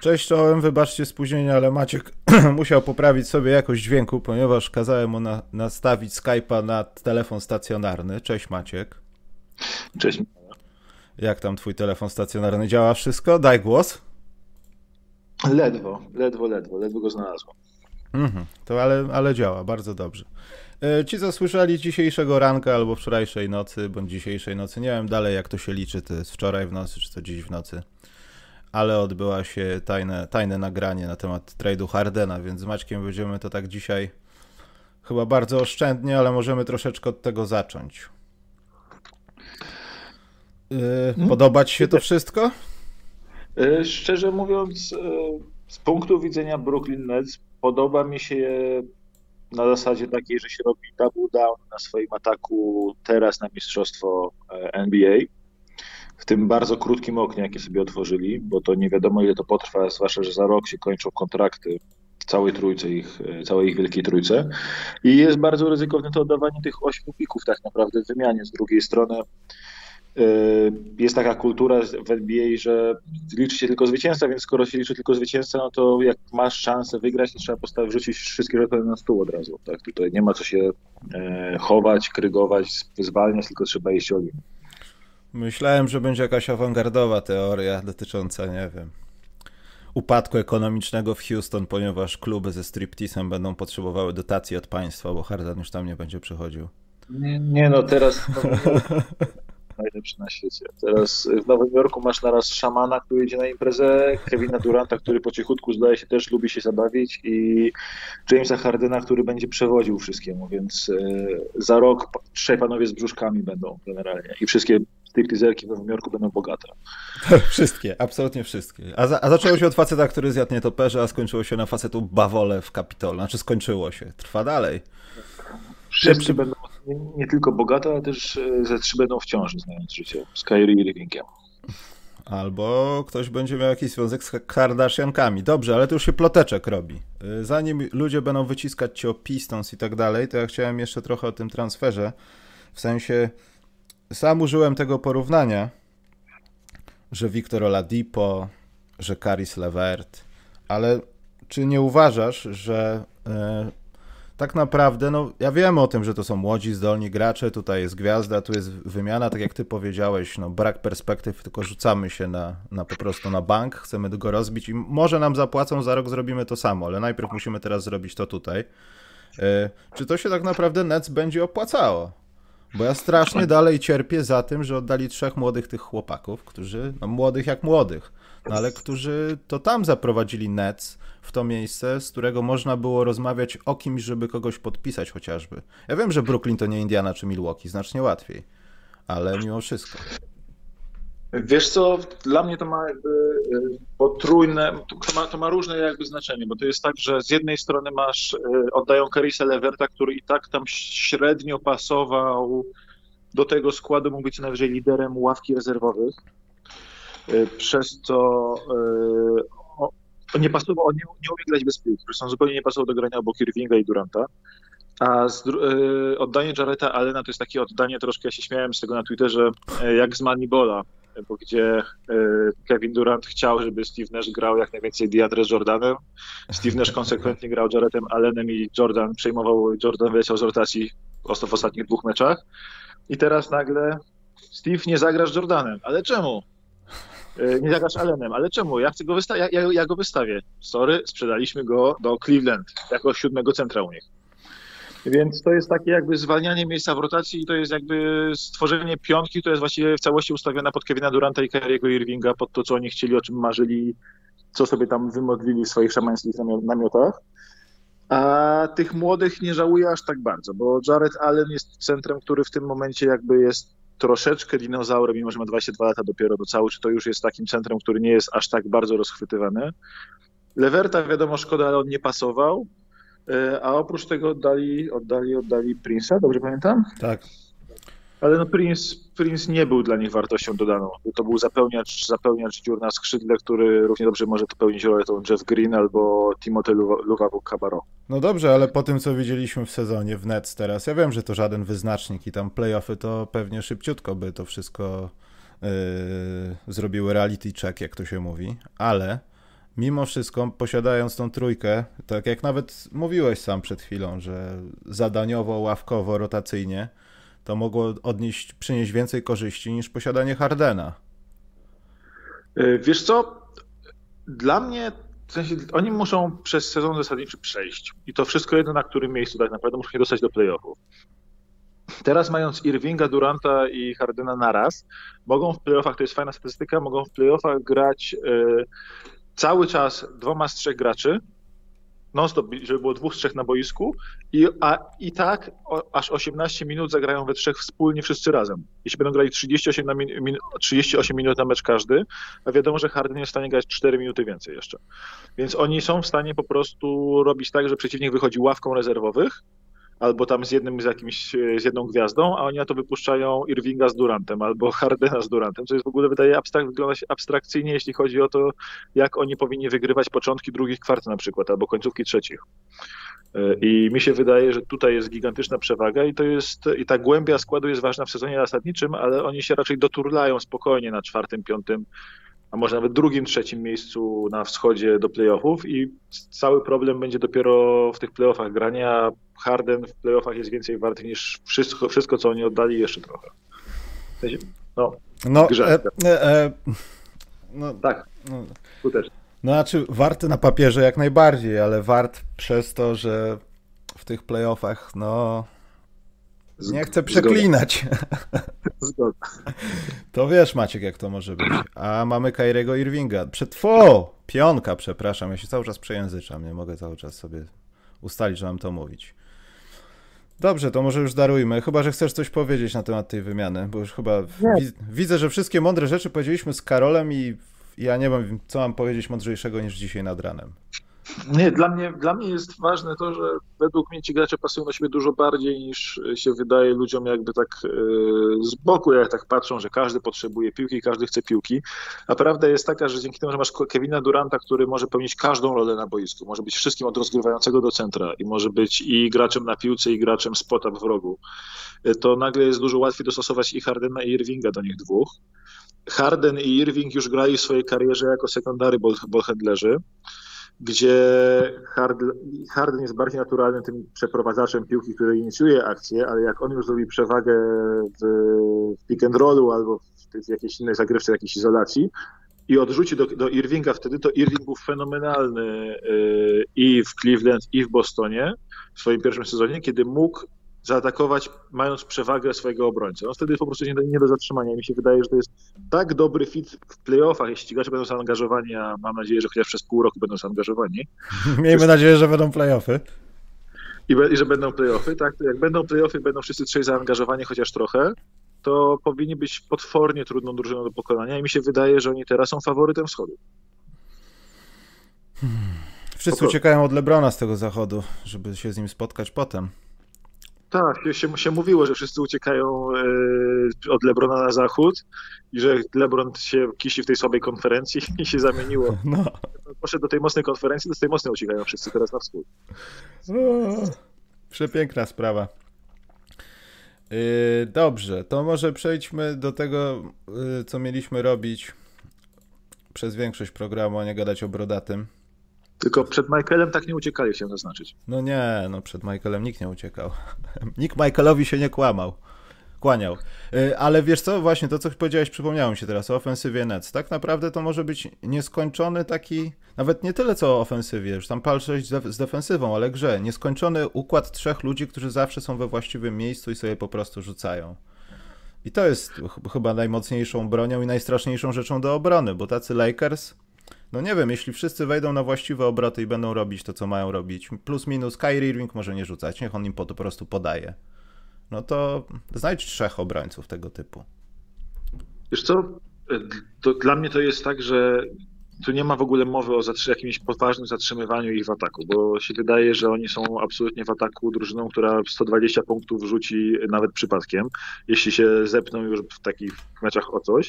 Cześć czołem, wybaczcie spóźnienie, ale Maciek musiał poprawić sobie jakość dźwięku, ponieważ kazałem mu nastawić Skype'a na telefon stacjonarny. Cześć Maciek. Cześć. Jak tam twój telefon stacjonarny? Działa wszystko? Daj głos. Ledwo go znalazłem. To ale działa, bardzo dobrze. Ci, co słyszeli dzisiejszego ranka albo wczorajszej nocy, bądź dzisiejszej nocy, nie wiem dalej jak to się liczy, to jest wczoraj w nocy, czy to dziś w nocy, ale odbyła się tajne nagranie na temat trade'u Hardena, więc z Maćkiem będziemy to tak dzisiaj chyba bardzo oszczędnie, ale możemy troszeczkę od tego zacząć. Podoba ci się to wszystko? Szczerze mówiąc, z punktu widzenia Brooklyn Nets podoba mi się na zasadzie takiej, że się robi double down na swoim ataku teraz na mistrzostwo NBA. W tym bardzo krótkim oknie, jakie sobie otworzyli, bo to nie wiadomo ile to potrwa, zwłaszcza, że za rok się kończą kontrakty całej ich wielkiej trójce. I jest bardzo ryzykowne to oddawanie tych 8 pików tak naprawdę w wymianie. Z drugiej strony jest taka kultura w NBA, że liczy się tylko zwycięzca, więc skoro się liczy tylko zwycięzca, no to jak masz szansę wygrać, to trzeba wrzucić wszystkie żetony na stół od razu. Tak? Tutaj nie ma co się chować, krygować, zwalniać, tylko trzeba iść all in. Myślałem, że będzie jakaś awangardowa teoria dotycząca, nie wiem, upadku ekonomicznego w Houston, ponieważ kluby ze stripteasem będą potrzebowały dotacji od państwa, bo Harden już tam nie będzie przychodził. Nie no, teraz najlepszy na świecie. Teraz w Nowym Jorku masz naraz szamana, który jedzie na imprezę, Kevina Duranta, który po cichutku zdaje się też lubi się zabawić i Jamesa Hardena, który będzie przewodził wszystkiemu, więc za rok trzej panowie z brzuszkami będą generalnie i wszystkie stripteaserki w Nowym Jorku będą bogate. Wszystkie, absolutnie wszystkie. A zaczęło się od faceta, który zjadł nietoperze, a skończyło się na facetu bawole w Kapitolu. Znaczy skończyło się, trwa dalej. Wszyscy będą nie tylko bogate, ale też ze trzy będą w ciąży, znając życie z Kyrie Irvingiem. Albo ktoś będzie miał jakiś związek z Kardashiankami. Dobrze, ale to już się ploteczek robi. Zanim ludzie będą wyciskać cię o Pistons i tak dalej, to ja chciałem jeszcze trochę o tym transferze. W sensie, sam użyłem tego porównania, że Victor Oladipo, że Caris LeVert, ale czy nie uważasz, że tak naprawdę, no ja wiem o tym, że to są młodzi, zdolni gracze, tutaj jest gwiazda, tu jest wymiana, tak jak ty powiedziałeś, no brak perspektyw, tylko rzucamy się po prostu na bank, chcemy go rozbić i może nam zapłacą, za rok zrobimy to samo, ale najpierw musimy teraz zrobić to tutaj. Czy to się tak naprawdę Nets będzie opłacało? Bo ja strasznie dalej cierpię za tym, że oddali 3 młodych tych chłopaków, którzy, no młodych jak młodych, no ale którzy to tam zaprowadzili Nets w to miejsce, z którego można było rozmawiać o kimś, żeby kogoś podpisać chociażby. Ja wiem, że Brooklyn to nie Indiana czy Milwaukee, znacznie łatwiej, ale mimo wszystko. Wiesz co, dla mnie to ma jakby potrójne, to ma różne jakby znaczenie, bo to jest tak, że z jednej strony oddają Carisa LeVerta, który i tak tam średnio pasował do tego składu, mógł być najwyżej liderem ławki rezerwowych, przez co on nie pasował, on nie umie grać bez piłki, zresztą zupełnie nie pasował do grania obok Irvinga i Duranta. A oddanie Jarretta Allena to jest takie oddanie, troszkę ja się śmiałem z tego na Twitterze, jak z Moneyballa, bo gdzie Kevin Durant chciał, żeby Steve Nash grał jak najwięcej DeAndre z Jordanem. Steve Nash konsekwentnie grał Jarrettem Allenem i Jordan wyleciał z rotacji w ostatnich 2 meczach. I teraz nagle Steve nie zagrasz Jordanem. Ale czemu? Nie zagrasz Allenem, ale czemu? Ja chcę go ja go wystawię. Sorry, sprzedaliśmy go do Cleveland jako 7. centra u nich. Więc to jest takie jakby zwalnianie miejsca w rotacji i to jest jakby stworzenie piątki, która jest właściwie w całości ustawiona pod Kevina Duranta i Kyriego Irvinga, pod to, co oni chcieli, o czym marzyli, co sobie tam wymodlili w swoich szamańskich namiotach. A tych młodych nie żałuję aż tak bardzo, bo Jarrett Allen jest centrem, który w tym momencie jakby jest troszeczkę dinozaurem, mimo że ma 22 lata dopiero do cału, czy to już jest takim centrem, który nie jest aż tak bardzo rozchwytywany. Leverta wiadomo szkoda, ale on nie pasował. A oprócz tego oddali Prince'a, dobrze pamiętam? Tak. Ale no Prince nie był dla nich wartością dodaną. To był zapełniacz dziur na skrzydle, który równie dobrze może to pełnić rolę tą Jeff Green albo Timothée Luwawu-Cabarrot. No dobrze, ale po tym, co widzieliśmy w sezonie w Nets teraz, ja wiem, że to żaden wyznacznik i tam playoffy to pewnie szybciutko by to wszystko zrobiły reality check, jak to się mówi, ale mimo wszystko, posiadając tą trójkę, tak jak nawet mówiłeś sam przed chwilą, że zadaniowo, ławkowo, rotacyjnie, to mogło przynieść więcej korzyści niż posiadanie Hardena. Wiesz co, dla mnie, w sensie, oni muszą przez sezon zasadniczy przejść i to wszystko jedno na którym miejscu tak naprawdę muszą się dostać do playoffów. Teraz mając Irvinga, Duranta i Hardena naraz, mogą w playoffach, to jest fajna statystyka, mogą w playoffach grać cały czas 2 z 3 graczy, non-stop, żeby było 2 z 3 na boisku i tak aż 18 minut zagrają we trzech wspólnie wszyscy razem. Jeśli będą grali 38 minut na mecz każdy, a wiadomo, że Harden jest w stanie grać 4 minuty więcej jeszcze. Więc oni są w stanie po prostu robić tak, że przeciwnik wychodzi ławką rezerwowych, albo tam z jedną gwiazdą, a oni na to wypuszczają Irvinga z Durantem, albo Hardena z Durantem, co jest w ogóle wygląda się abstrakcyjnie, jeśli chodzi o to, jak oni powinni wygrywać początki drugich kwart na przykład, albo końcówki trzecich. I mi się wydaje, że tutaj jest gigantyczna przewaga i ta głębia składu jest ważna w sezonie zasadniczym, ale oni się raczej doturlają spokojnie na 4., 5., a może nawet 2., 3. miejscu na wschodzie do playoffów i cały problem będzie dopiero w tych playoffach grania. Harden w playoffach jest więcej wart niż wszystko co oni oddali jeszcze trochę. Tak, skutecznie. No znaczy warty na papierze jak najbardziej, ale wart przez to, że w tych playoffach, nie chcę przeklinać. Zgoda. To wiesz, Maciek, jak to może być. A mamy Kyriego Irvinga. Pionka, przepraszam. Ja się cały czas przejęzyczam. Nie mogę cały czas sobie ustalić, że mam to mówić. Dobrze, to może już darujmy. Chyba, że chcesz coś powiedzieć na temat tej wymiany, bo już chyba widzę, że wszystkie mądre rzeczy powiedzieliśmy z Karolem i ja nie wiem, co mam powiedzieć mądrzejszego niż dzisiaj nad ranem. Nie, dla mnie jest ważne to, że według mnie ci gracze pasują na siebie dużo bardziej niż się wydaje ludziom jakby tak z boku, jak tak patrzą, że każdy potrzebuje piłki, każdy chce piłki. A prawda jest taka, że dzięki temu, że masz Kevina Duranta, który może pełnić każdą rolę na boisku, może być wszystkim od rozgrywającego do centra i może być i graczem na piłce, i graczem spota w rogu, to nagle jest dużo łatwiej dostosować i Hardena, i Irvinga do nich dwóch. Harden i Irving już grali w swojej karierze jako sekundary ballhandlerzy, gdzie Harden jest bardziej naturalnym tym przeprowadzaczem piłki, który inicjuje akcję, ale jak on już zrobi przewagę w pick and rollu albo w jakiejś innej zagrywce, jakiejś izolacji i odrzuci do Irvinga wtedy, to Irving był fenomenalny i w Cleveland, i w Bostonie w swoim pierwszym sezonie, kiedy mógł zaatakować, mając przewagę swojego obrońcy. On wtedy jest po prostu nie do zatrzymania. I mi się wydaje, że to jest tak dobry fit w playoffach, jeśli gracze będą zaangażowani, a mam nadzieję, że chociaż przez pół roku będą zaangażowani. Miejmy nadzieję, że będą playoffy. I że będą playoffy, tak? To jak będą playoffy, będą wszyscy trzej zaangażowani chociaż trochę, to powinni być potwornie trudną drużyną do pokonania i mi się wydaje, że oni teraz są faworytem wschodu. Wszyscy uciekają od LeBrona z tego zachodu, żeby się z nim spotkać potem. Tak, się mówiło, że wszyscy uciekają od LeBrona na zachód i że LeBron się kisi w tej słabej konferencji i się zamieniło. No. Poszedł do tej mocnej konferencji, to z tej mocnej uciekają wszyscy teraz na wschód. Przepiękna sprawa. Dobrze, to może przejdźmy do tego, co mieliśmy robić przez większość programu, a nie gadać o brodatym. Tylko przed Michaelem tak nie uciekali, chciałem zaznaczyć. No nie, przed Michaelem nikt nie uciekał. Nikt Michaelowi się nie kłaniał. Ale wiesz co, właśnie to, co powiedziałeś, przypomniało mi się teraz o ofensywie Nets. Tak naprawdę to może być nieskończony taki, nawet nie tyle co o ofensywie, już tam patrzeć z defensywą, ale grze. Nieskończony układ 3 ludzi, którzy zawsze są we właściwym miejscu i sobie po prostu rzucają. I to jest chyba najmocniejszą bronią i najstraszniejszą rzeczą do obrony, bo tacy Lakers... No nie wiem, jeśli wszyscy wejdą na właściwe obroty i będą robić to, co mają robić, plus minus Kyrie Irving może nie rzucać, niech on im po prostu podaje. No to znajdź 3 obrońców tego typu. Wiesz co, to dla mnie to jest tak, że tu nie ma w ogóle mowy o jakimś poważnym zatrzymywaniu ich w ataku, bo się wydaje, że oni są absolutnie w ataku drużyną, która 120 punktów rzuci nawet przypadkiem, jeśli się zepną już w takich meczach o coś.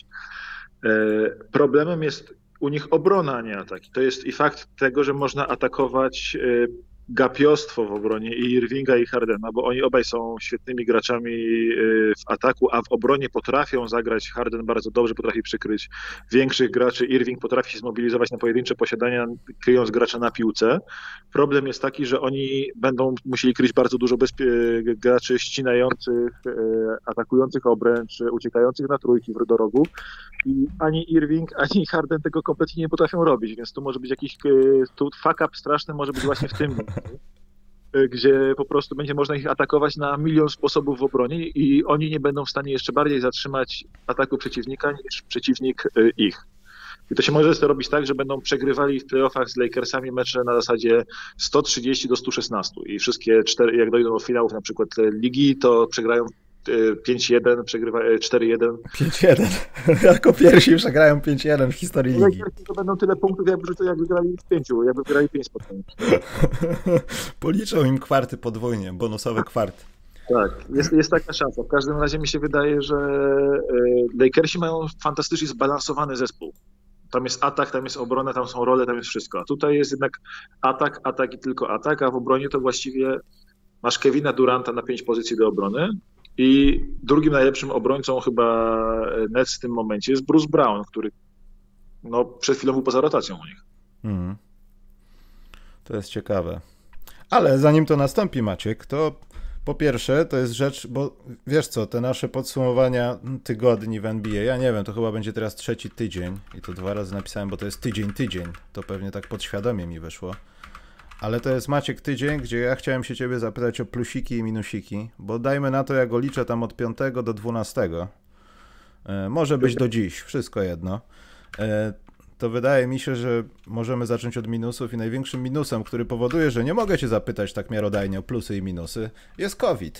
Problemem jest u nich obrona, a nie ataki. To jest i fakt tego, że można atakować gapiostwo w obronie i Irvinga i Hardena, bo oni obaj są świetnymi graczami w ataku, a w obronie potrafią zagrać. Harden bardzo dobrze potrafi przykryć większych graczy. Irving potrafi się zmobilizować na pojedyncze posiadania, kryjąc gracza na piłce. Problem jest taki, że oni będą musieli kryć bardzo dużo graczy ścinających, atakujących obręcz, uciekających na trójki do rogu. I ani Irving, ani Harden tego kompletnie nie potrafią robić, więc tu może być jakiś fuck up straszny, może być właśnie w tym miejscu, gdzie po prostu będzie można ich atakować na milion sposobów w obronie i oni nie będą w stanie jeszcze bardziej zatrzymać ataku przeciwnika niż przeciwnik ich. I to się może robić tak, że będą przegrywali w playoffach z Lakersami mecze na zasadzie 130-116 i wszystkie 4, jak dojdą do finałów na przykład ligi, to przegrają 5-1, przegrywa 4-1. 5-1. Jako pierwsi przegrają 5-1 w historii ligi. To będą tyle punktów, jak wygrali w 5, jakby wygrali 5 spotkań. Policzą im kwarty podwójnie, bonusowe kwarty. Tak, jest taka szansa. W każdym razie mi się wydaje, że Lakersi mają fantastycznie zbalansowany zespół. Tam jest atak, tam jest obrona, tam są role, tam jest wszystko. A tutaj jest jednak atak i tylko atak, a w obronie to właściwie masz Kevina Duranta na 5 pozycji do obrony i drugim najlepszym obrońcą chyba Nets w tym momencie jest Bruce Brown, który przed chwilą był poza rotacją u nich. To jest ciekawe. Ale zanim to nastąpi, Maciek, to po pierwsze to jest rzecz, bo wiesz co, te nasze podsumowania tygodni w NBA, ja nie wiem, to chyba będzie teraz 3. tydzień i to 2 razy napisałem, bo to jest tydzień, to pewnie tak podświadomie mi wyszło. Ale to jest, Maciek, tydzień, gdzie ja chciałem się ciebie zapytać o plusiki i minusiki, bo dajmy na to, ja go liczę tam od 5 do 12. Może być do dziś, wszystko jedno. To wydaje mi się, że możemy zacząć od minusów i największym minusem, który powoduje, że nie mogę cię zapytać tak miarodajnie o plusy i minusy, jest COVID.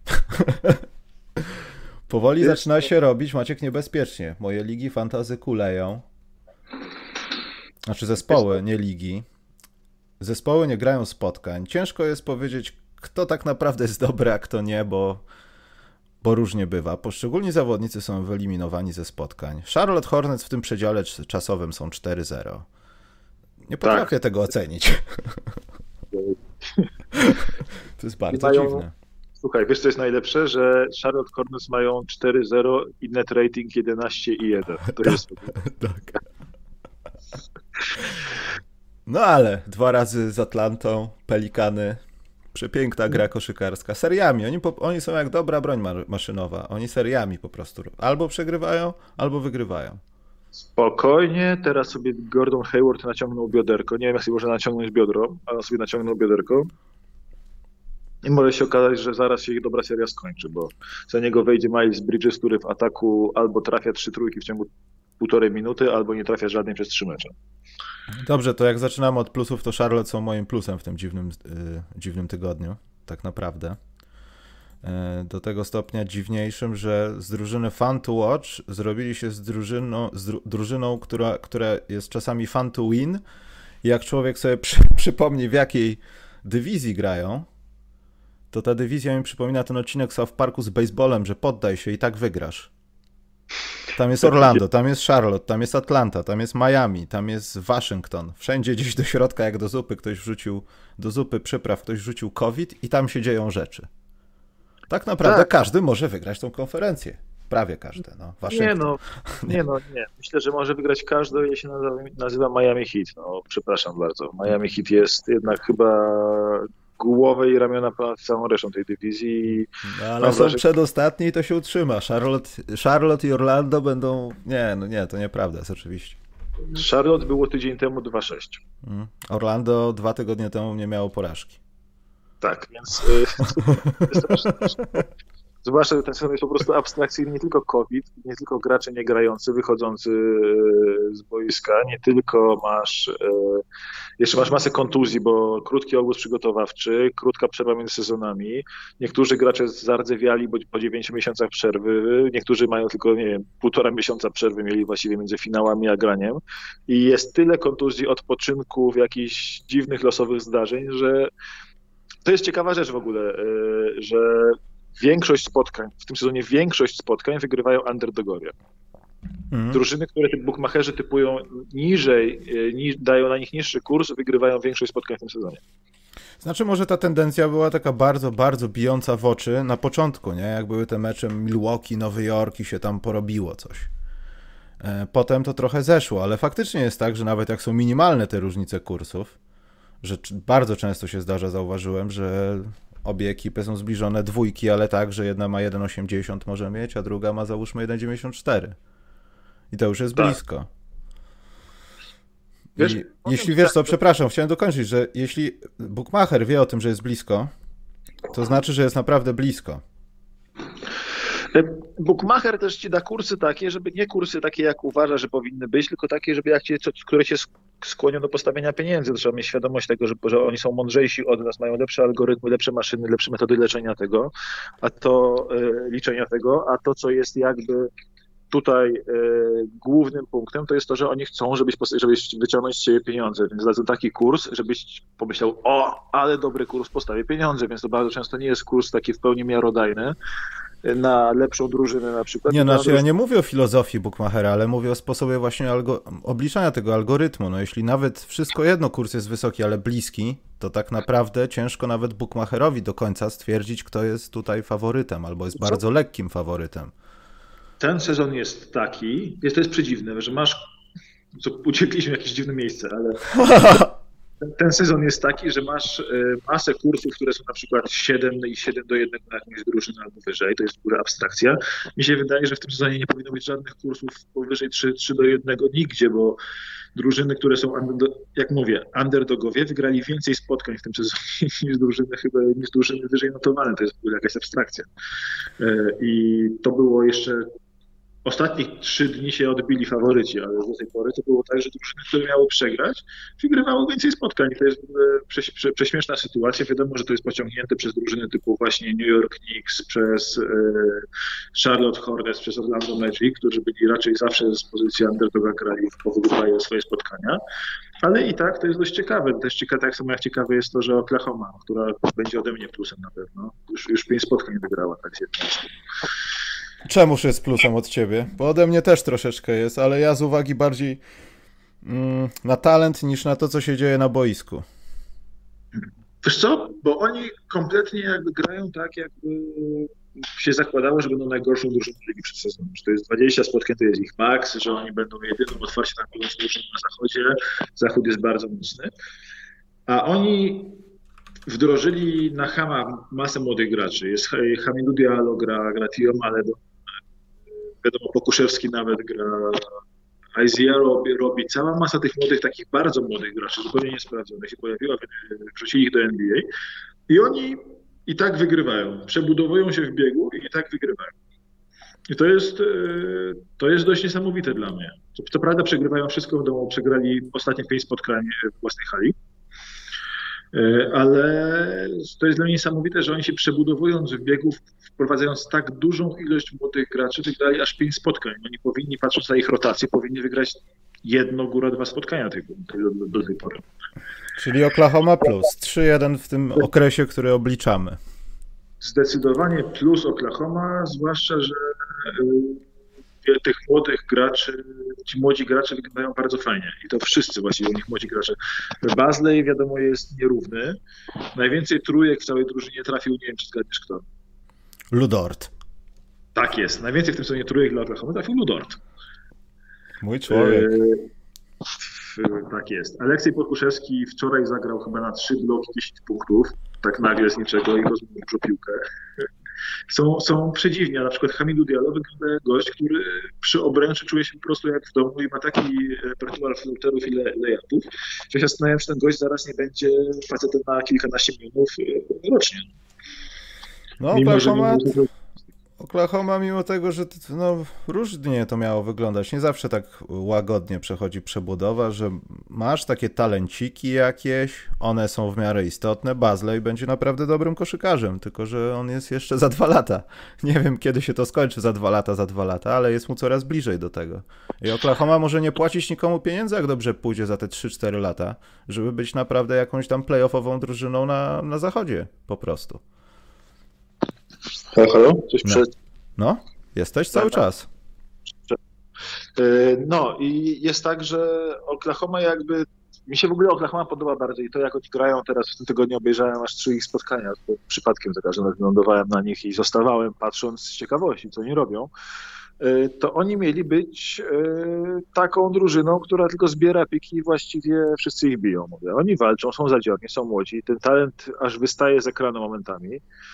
Powoli zaczyna się robić, Maciek, niebezpiecznie. Moje ligi fantasy kuleją. Znaczy zespoły, nie ligi. Zespoły nie grają spotkań. Ciężko jest powiedzieć, kto tak naprawdę jest dobry, a kto nie, bo różnie bywa. Poszczególni zawodnicy są wyeliminowani ze spotkań. Charlotte Hornets w tym przedziale czasowym są 4-0. Nie potrafię tego ocenić. To jest bardzo dziwne. Słuchaj, wiesz co jest najlepsze? Że Charlotte Hornets mają 4-0 i net rating 11,1. To jest... Tak. No ale 2 razy z Atlantą, Pelikany, przepiękna gra koszykarska. Seriami, oni są jak dobra broń maszynowa. Oni seriami po prostu albo przegrywają, albo wygrywają. Spokojnie, teraz sobie Gordon Hayward naciągnął bioderko. Nie wiem, jak sobie może naciągnąć biodro, ale on sobie naciągnął bioderko. I może się okazać, że zaraz się ich dobra seria skończy, bo za niego wejdzie Miles Bridges, który w ataku albo trafia 3 trójki w ciągu 1,5 minuty, albo nie trafia żadnej przez 3 mecze. Dobrze, to jak zaczynamy od plusów, to Charlotte są moim plusem w tym dziwnym tygodniu, tak naprawdę. Do tego stopnia dziwniejszym, że z drużyny fun to watch zrobili się z drużyną, która jest czasami fun to win. I jak człowiek sobie przypomni, w jakiej dywizji grają, to ta dywizja mi przypomina ten odcinek South Parku z baseballem, że poddaj się i tak wygrasz. Tam jest Orlando, tam jest Charlotte, tam jest Atlanta, tam jest Miami, tam jest Waszyngton. Wszędzie gdzieś do środka, jak do zupy ktoś wrzucił, ktoś wrzucił COVID i tam się dzieją rzeczy. Tak naprawdę każdy może wygrać tą konferencję. Prawie każdy. Nie. Myślę, że może wygrać każdy, jeśli się nazywa Miami Heat. Przepraszam bardzo. Miami Heat jest jednak chyba głowę i ramiona ponad całą resztą tej dywizji. Ale są przedostatni i to się utrzyma. Charlotte i Orlando będą... Nie, to nieprawda jest oczywiście. Charlotte było tydzień temu 2-6. Orlando 2 tygodnie temu nie miało porażki. Tak, więc zwłaszcza, że ten sezon jest po prostu abstrakcyjny, nie tylko COVID, nie tylko gracze niegrający, wychodzący z boiska, nie tylko jeszcze masz masę kontuzji, bo krótki obóz przygotowawczy, krótka przerwa między sezonami, niektórzy gracze zardzewiali po 9 miesiącach przerwy, niektórzy mają tylko, 1,5 miesiąca przerwy mieli właściwie między finałami a graniem i jest tyle kontuzji, odpoczynków, jakichś dziwnych, losowych zdarzeń, że to jest ciekawa rzecz w ogóle, że w tym sezonie większość spotkań wygrywają underdogowie. Drużyny, które bukmacherzy typują niżej, dają na nich niższy kurs, wygrywają większość spotkań w tym sezonie. Znaczy może ta tendencja była taka bardzo, bardzo bijąca w oczy na początku, nie? Jak były te mecze Milwaukee, Nowy Jork i się tam porobiło coś. Potem to trochę zeszło, ale faktycznie jest tak, że nawet jak są minimalne te różnice kursów, że bardzo często się zdarza, zauważyłem, że obie ekipy są zbliżone dwójki, ale tak, że jedna ma 1,80 może mieć, a druga ma załóżmy 1,94. I to już jest blisko. Wiesz, jeśli wiesz co, przepraszam, chciałem dokończyć, że jeśli bookmacher wie o tym, że jest blisko, to znaczy, że jest naprawdę blisko. Bookmacher też ci da kursy takie, żeby nie kursy takie, jak uważa, że powinny być, tylko takie, żeby jak które cię skłonią do postawienia pieniędzy. Trzeba mieć świadomość tego, że oni są mądrzejsi od nas, mają lepsze algorytmy, lepsze maszyny, lepsze metody liczenia tego, a to, co jest jakby tutaj głównym punktem, to jest to, że oni chcą, żebyś wyciągnąć z siebie pieniądze, więc dadzą taki kurs, żebyś pomyślał, ale dobry kurs, postawię pieniądze, więc to bardzo często nie jest kurs taki w pełni miarodajny na lepszą drużynę na przykład. Nie, znaczy ja nie mówię o filozofii bookmachera, ale mówię o sposobie właśnie obliczania tego algorytmu. No jeśli nawet wszystko jedno kurs jest wysoki, ale bliski, to tak naprawdę ciężko nawet bookmacherowi do końca stwierdzić, kto jest tutaj faworytem, albo jest bardzo lekkim faworytem. Ten sezon jest taki, to jest przedziwne, że uciekliśmy w jakieś dziwne miejsce, ale ten sezon jest taki, że masz masę kursów, które są na przykład 7 i 7 do 1 na jakąś drużynę albo wyżej, to jest w ogóle abstrakcja. Mi się wydaje, że w tym sezonie nie powinno być żadnych kursów powyżej 3 do 1 nigdzie, bo drużyny, które są, jak mówię, underdogowie, wygrali więcej spotkań w tym sezonie niż drużyny wyżej notowane. To jest w ogóle jakaś abstrakcja. I to było jeszcze... Ostatnich 3 dni się odbili faworyci, ale do tej pory to było tak, że drużyny, które miały przegrać, wygrywało więcej spotkań. To jest prześmieszna sytuacja. Wiadomo, że to jest pociągnięte przez drużyny typu właśnie New York Knicks, przez Charlotte Hornets, przez Orlando Magic, którzy byli raczej zawsze z pozycji underdoga grali, wygrywają swoje spotkania. Ale i tak to jest dość ciekawe. Też tak samo jak ciekawe jest to, że Oklahoma, która będzie ode mnie plusem na pewno, już 5 spotkań wygrała tak z jednej strony. Czemuż jest plusem od ciebie? Bo ode mnie też troszeczkę jest, ale ja z uwagi bardziej na talent niż na to, co się dzieje na boisku. Wiesz co? Bo oni kompletnie jakby grają tak, jakby się zakładało, że będą najgorszą drużyną ligi przed sezonem. Że to jest 20 spotkań, to jest ich maks, że oni będą jedyną otwarcie na drużyną na zachodzie. Zachód jest bardzo mocny. A oni wdrożyli na Hama masę młodych graczy. Jest Hamidou Diallo, gra Tio Maledon, wiadomo, Pokuszewski nawet gra, Isaiah robi, cała masa tych młodych, takich bardzo młodych graczy, zupełnie niesprawdzonych się pojawiła, wrzucili ich do NBA i oni i tak wygrywają. Przebudowują się w biegu i tak wygrywają. I to jest dość niesamowite dla mnie. Co prawda przegrywają wszystko w domu, przegrali ostatnie 5 spotkań w własnej hali, ale to jest dla mnie niesamowite, że oni się przebudowując w biegu, wprowadzając tak dużą ilość młodych graczy, wygrali aż 5 spotkań. Oni powinni, patrząc na ich rotację, powinni wygrać 1, góra 2 spotkania do tej pory. Czyli Oklahoma plus 3-1 w tym okresie, który obliczamy. Zdecydowanie plus Oklahoma, zwłaszcza, że tych młodych graczy, ci młodzi gracze wyglądają bardzo fajnie i to wszyscy właściwie u nich młodzi gracze. Bazley wiadomo jest nierówny. Najwięcej trójek w całej drużynie trafił, nie wiem czy zgadniesz kto. Lu Dort. Tak jest. Najwięcej w tym sezonie trójek dla Oklahoma trafił Lu Dort. Mój człowiek. Tak jest. Aleksiej Pokuszewski wczoraj zagrał chyba na 3 bloki 10 punktów. Tak nagle z niczego i rozumiem dużo piłkę. Są przedziwni, a na przykład Hamidou Diallo wygląda jak gość, który przy obręczy czuje się po prostu jak w domu i ma taki repertuar floaterów i layupów, że się zastanawiam, czy ten gość zaraz nie będzie facetem na kilkanaście milionów rocznie. No, Oklahoma mimo tego, że różnie to miało wyglądać, nie zawsze tak łagodnie przechodzi przebudowa, że masz takie talenciki jakieś, one są w miarę istotne, Bazley będzie naprawdę dobrym koszykarzem, tylko że on jest jeszcze za 2 lata. Nie wiem kiedy się to skończy za 2 lata, ale jest mu coraz bliżej do tego. I Oklahoma może nie płacić nikomu pieniędzy, jak dobrze pójdzie za te 3-4 lata, żeby być naprawdę jakąś tam playoffową drużyną na zachodzie po prostu. Halo? No, jesteś cały czas. No i jest tak, że Oklahoma jakby Mi się w ogóle Oklahoma podoba bardzo i to, jak oni grają teraz w tym tygodniu, obejrzałem aż 3 ich spotkania, to przypadkiem za każdym razem lądowałem na nich i zostawałem patrząc z ciekawości, co oni robią. To oni mieli być taką drużyną, która tylko zbiera piki i właściwie wszyscy ich biją. Mówię. Oni walczą, są zadziorni, są młodzi, ten talent aż wystaje z ekranu momentami.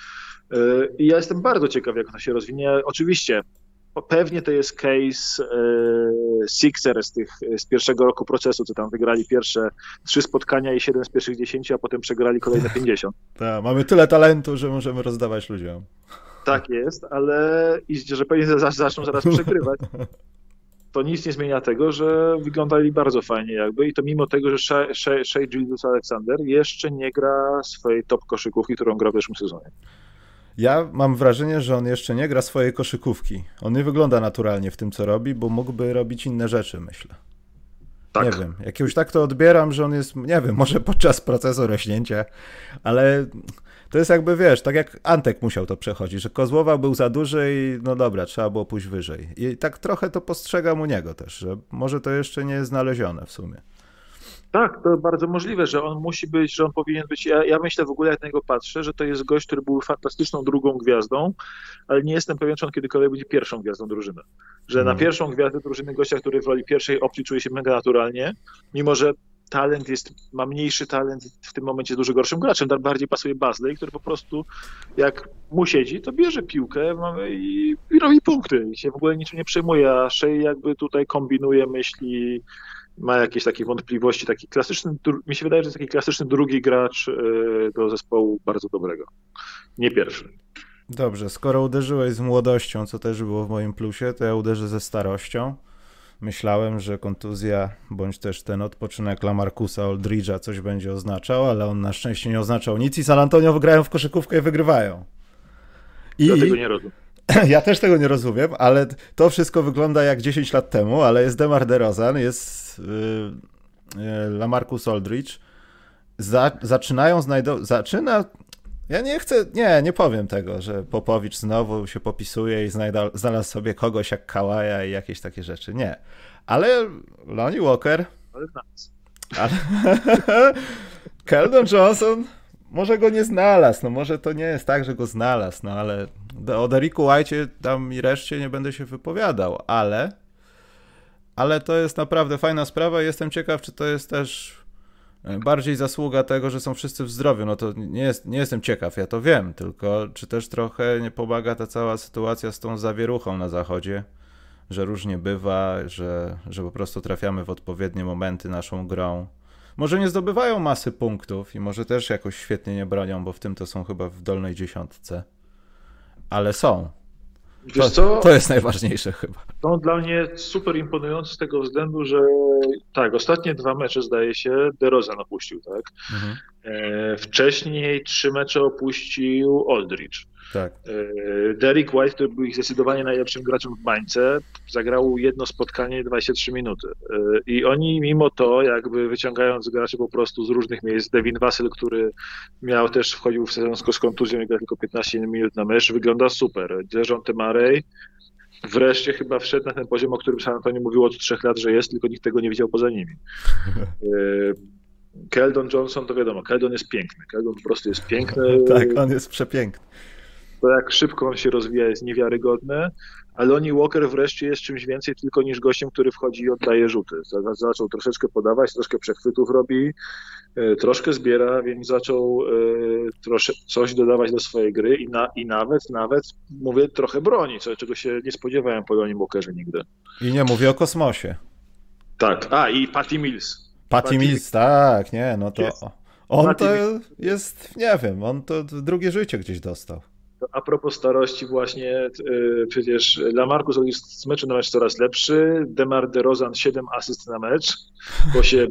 I ja jestem bardzo ciekaw, jak to się rozwinie. Oczywiście, pewnie to jest case Sixers z pierwszego roku procesu, co tam wygrali pierwsze 3 spotkania i 7 z pierwszych 10, a potem przegrali kolejne 50. Tak, mamy tyle talentu, że możemy rozdawać ludziom. Tak jest, ale że pewnie zaczną zaraz przegrywać. To nic nie zmienia tego, że wyglądali bardzo fajnie jakby i to mimo tego, że Shai Gilgeous-Alexander jeszcze nie gra swojej top koszykówki, którą gra w zeszłym sezonie. Ja mam wrażenie, że on jeszcze nie gra swojej koszykówki. On nie wygląda naturalnie w tym, co robi, bo mógłby robić inne rzeczy, myślę. Tak. Nie wiem, jakiegoś tak to odbieram, że on jest, nie wiem, może podczas procesu rośnięcia, ale to jest jakby, wiesz, tak jak Antek musiał to przechodzić, że Kozłowa był za duży i no dobra, trzeba było pójść wyżej. I tak trochę to postrzegam u niego też, że może to jeszcze nie jest znalezione w sumie. Tak, to bardzo możliwe, że on musi być, że on powinien być. Ja myślę w ogóle, jak na niego patrzę, że to jest gość, który był fantastyczną drugą gwiazdą, ale nie jestem pewien, czy on kiedykolwiek będzie pierwszą gwiazdą drużyny. Że na pierwszą gwiazdę drużyny gościa, który w roli pierwszej opcji czuje się mega naturalnie, mimo że ma mniejszy talent, w tym momencie jest dużo gorszym graczem, bardziej pasuje Bazley, który po prostu jak mu siedzi, to bierze piłkę i robi punkty i się w ogóle niczym nie przejmuje, a Shai jakby tutaj kombinuje, myśli, ma jakieś takie wątpliwości, taki klasyczny, mi się wydaje, że jest taki klasyczny drugi gracz do zespołu bardzo dobrego, nie pierwszy. Dobrze, skoro uderzyłeś z młodością, co też było w moim plusie, to ja uderzę ze starością. Myślałem, że kontuzja, bądź też ten odpoczynek Lamarcusa Aldridge'a coś będzie oznaczał, ale on na szczęście nie oznaczał nic i San Antonio wygrają w koszykówkę i wygrywają. Ja tego nie rozumiem. Ja też tego nie rozumiem, ale to wszystko wygląda jak 10 lat temu, ale jest DeMar DeRozan, jest Lamarcus Aldridge. Ja nie powiem tego, że Popowicz znowu się popisuje i znalazł sobie kogoś jak Kawaja i jakieś takie rzeczy. Nie. Ale Lonnie Walker... Ale Keldon Johnson może go nie znalazł, no może to nie jest tak, że go znalazł, no ale o Derricku White'cie tam i reszcie nie będę się wypowiadał, ale to jest naprawdę fajna sprawa i jestem ciekaw, czy to jest też bardziej zasługa tego, że są wszyscy w zdrowiu. No to nie jestem ciekaw, ja to wiem, tylko czy też trochę nie pomaga ta cała sytuacja z tą zawieruchą na zachodzie, że różnie bywa, że po prostu trafiamy w odpowiednie momenty naszą grą. Może nie zdobywają masy punktów i może też jakoś świetnie nie bronią, bo w tym to są chyba w dolnej dziesiątce, ale są. Wiesz co? To jest najważniejsze chyba. To dla mnie super imponujące z tego względu, że tak, ostatnie 2 mecze zdaje się DeRozan opuścił, tak? Mhm. Wcześniej 3 mecze opuścił Aldridge. Tak. Derrick White, który był ich zdecydowanie najlepszym graczem w bańce, zagrał jedno spotkanie 23 minuty. I oni mimo to jakby wyciągając graczy po prostu z różnych miejsc, Devin Vassell, który wchodził w sezon z kontuzją i grał tylko 15 minut na mecz, wygląda super. Dejounte Murray wreszcie chyba wszedł na ten poziom, o którym San Antonio mówiło od 3 lat, że jest, tylko nikt tego nie widział poza nimi. Keldon Johnson, to wiadomo, Keldon jest piękny. Keldon po prostu jest piękny. Tak, on jest przepiękny. To jak szybko on się rozwija jest niewiarygodne, a Lonnie Walker wreszcie jest czymś więcej tylko niż gościem, który wchodzi i oddaje rzuty. Zaczął troszeczkę podawać, troszkę przechwytów robi, troszkę zbiera, więc zaczął coś dodawać do swojej gry i nawet mówię, trochę broni, czego się nie spodziewałem po Lonnie Walkerze nigdy. I nie mówię o kosmosie. Tak, i Patty Mills. Patty Mills, tak, nie, no to on to jest, nie wiem, on to drugie życie gdzieś dostał. A propos starości właśnie, przecież Lamarcus jest z meczu na mecz coraz lepszy, DeMar DeRozan 7 asyst na mecz, bo się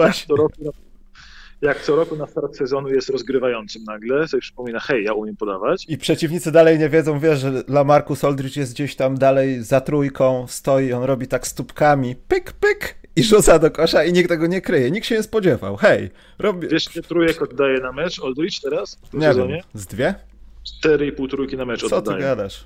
jak co roku na start sezonu jest rozgrywającym nagle, sobie przypomina, hej, ja umiem podawać. I przeciwnicy dalej nie wiedzą, wiesz, że Lamarcus Aldridge jest gdzieś tam dalej za trójką, stoi, on robi tak stópkami, pyk, pyk i rzuca do kosza i nikt tego nie kryje, nikt się nie spodziewał, hej. Wiesz, ile trójek oddaje na mecz Aldridge teraz w tym nie sezonie? Wiem, z 2? 4,5 trójki na mecz oddaje. Co ty gadasz?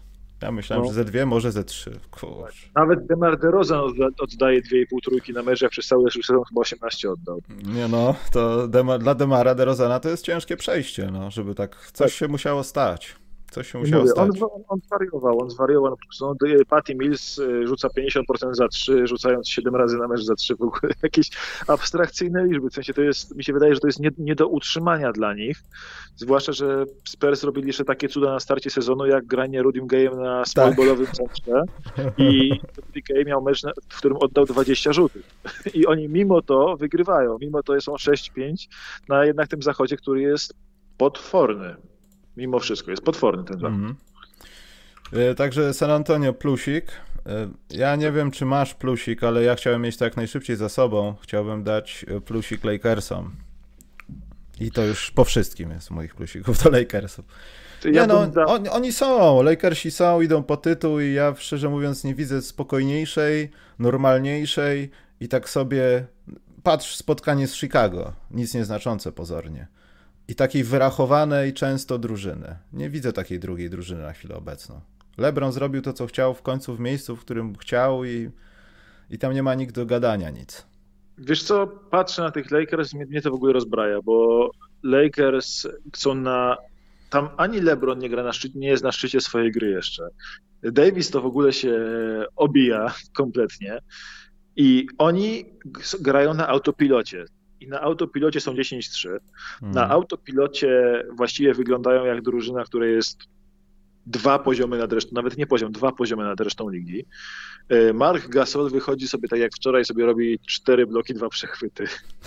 Ja myślałem, że ze 2, może ze 3. Kurczę. Nawet DeMar DeRozan oddaje 2,5 trójki na mecz, jak przez cały sezon chyba 18 oddał. Nie no, to dla DeMara DeRozana to jest ciężkie przejście, no, żeby tak coś się musiało stać. Coś się musiało stać. On zwariował. No, Patty Mills rzuca 50% za 3, rzucając 7 razy na mecz za 3, w ogóle jakieś abstrakcyjne liczby. W sensie to jest, mi się wydaje, że to jest nie do utrzymania dla nich. Zwłaszcza, że Spurs robili jeszcze takie cuda na starcie sezonu, jak granie Rudym Gayem na smallballowym centrze i Rudy Gay miał mecz, w którym oddał 20 rzutów. I oni mimo to wygrywają. Mimo to są 6-5 na jednak tym zachodzie, który jest potworny. Mimo wszystko, jest potworny ten zachód. Także San Antonio plusik. Ja nie wiem, czy masz plusik, ale ja chciałem mieć to jak najszybciej za sobą. Chciałbym dać plusik Lakersom. I to już po wszystkim jest moich plusików do Lakersów. Oni są, Lakersi są, idą po tytuł i ja szczerze mówiąc nie widzę spokojniejszej, normalniejszej i tak sobie patrz spotkanie z Chicago, nic nieznaczące pozornie. I takiej wyrachowanej często drużyny. Nie widzę takiej drugiej drużyny na chwilę obecną. LeBron zrobił to, co chciał w końcu w miejscu, w którym chciał i tam nie ma nikt do gadania nic. Wiesz co, patrzę na tych Lakers, mnie to w ogóle rozbraja, bo Lakers chcą tam ani LeBron nie jest na szczycie swojej gry jeszcze. Davis to w ogóle się obija kompletnie i oni grają na autopilocie. I na autopilocie są 10-3. Na autopilocie właściwie wyglądają jak drużyna, która jest 2 poziomy nad resztą, nawet nie poziom, 2 poziomy nad resztą ligi. Marc Gasol wychodzi sobie tak jak wczoraj, sobie robi 4 bloki, 2 przechwyty.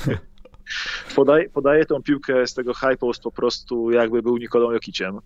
Podaje tą piłkę z tego high post po prostu jakby był Nikolą Jokiciem.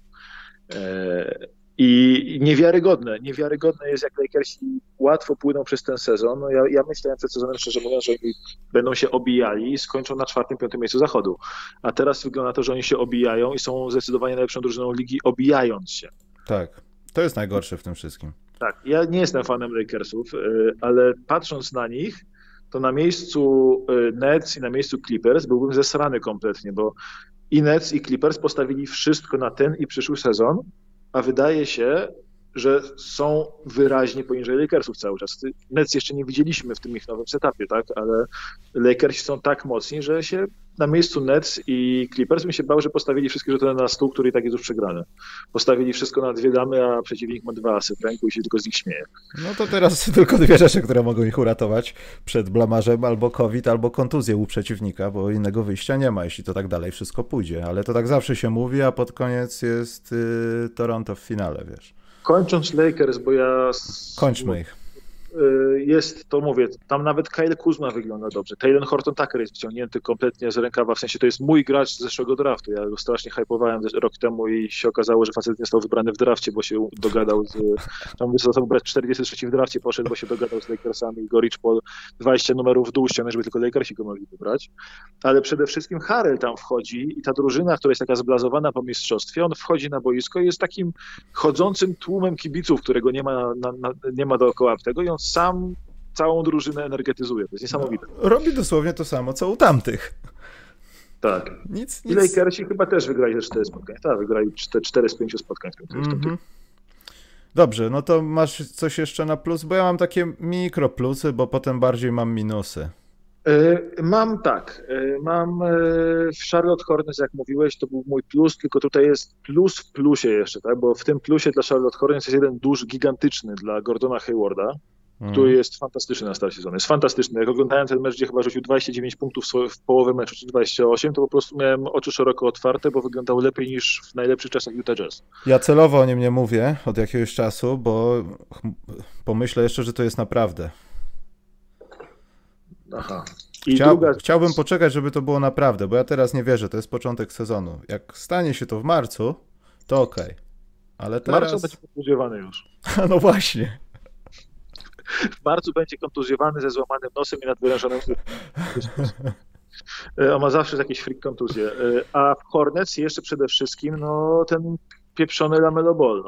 I niewiarygodne jest, jak Lakersi łatwo płyną przez ten sezon. No ja myślałem przed sezonem, szczerze mówiąc, że oni będą się obijali i skończą na 4-5 miejscu zachodu. A teraz wygląda na to, że oni się obijają i są zdecydowanie najlepszą drużyną ligi, obijając się. Tak, to jest najgorsze w tym wszystkim. Tak, ja nie jestem fanem Lakersów, ale patrząc na nich, to na miejscu Nets i na miejscu Clippers byłbym zesrany kompletnie, bo i Nets i Clippers postawili wszystko na ten i przyszły sezon, a wydaje się, że są wyraźnie poniżej Lakersów cały czas. Nets jeszcze nie widzieliśmy w tym ich nowym setupie, tak? Ale Lakersi są tak mocni, że się na miejscu Nets i Clippers bym się bał, że postawili wszystkie rzuty na stół, który i tak jest już przegrany. Postawili wszystko na 2 damy, a przeciwnik ma 2 asy w ręku i się tylko z nich śmieje. No to teraz tylko 2 rzeczy, które mogą ich uratować przed blamarzem, albo COVID, albo kontuzję u przeciwnika, bo innego wyjścia nie ma, jeśli to tak dalej wszystko pójdzie. Ale to tak zawsze się mówi, a pod koniec jest Toronto w finale, wiesz. Kończąc Lakers, bo Kończmy ich. Jest, to mówię, tam nawet Kyle Kuzma wygląda dobrze. Taylor Horton Tucker jest wciągnięty kompletnie z rękawa, w sensie to jest mój gracz z zeszłego draftu. Ja go strasznie hypowałem rok temu i się okazało, że facet nie został wybrany w drafcie, bo się dogadał tam został wybrać 43 w drafcie, poszedł, bo się dogadał z Lakersami i go Rich Paul 20 numerów w dół ściągnął, żeby tylko Lakersi go mogli wybrać. Ale przede wszystkim Harrell tam wchodzi i ta drużyna, która jest taka zblazowana po mistrzostwie, on wchodzi na boisko i jest takim chodzącym tłumem kibiców, którego nie ma dookoła tego i on sam całą drużynę energetyzuje. To jest niesamowite. Robi dosłownie to samo, co u tamtych. Tak. Nic. I Lakersi chyba też wygrali te 4 spotkania. Tak, wygrali 4 z 5 spotkań. Dobrze, no to masz coś jeszcze na plus? Bo ja mam takie mikro plusy, bo potem bardziej mam minusy. Mam w Charlotte Hornets, jak mówiłeś, to był mój plus, tylko tutaj jest plus w plusie jeszcze, tak? Bo w tym plusie dla Charlotte Hornets jest jeden duży, gigantyczny dla Gordona Haywarda, który jest fantastyczny na starcie sezonu. Jest fantastyczny. Jak oglądałem ten mecz, gdzie chyba rzucił 29 punktów w połowie meczu, czy 28, to po prostu miałem oczy szeroko otwarte, bo wyglądał lepiej niż w najlepszych czasach Utah Jazz. Ja celowo o nim nie mówię od jakiegoś czasu, bo pomyślę jeszcze, że to jest naprawdę. Aha. Chciałbym poczekać, żeby to było naprawdę, bo ja teraz nie wierzę, to jest początek sezonu. Jak stanie się to w marcu, to okej. Ale teraz... W marcu będzie kontuzjowany już. No właśnie. W marcu będzie kontuzjowany ze złamanym nosem i nadwyrężonym. On ma zawsze jakieś freak kontuzje. A w Hornets jeszcze przede wszystkim ten pieprzony Lamelo Ball.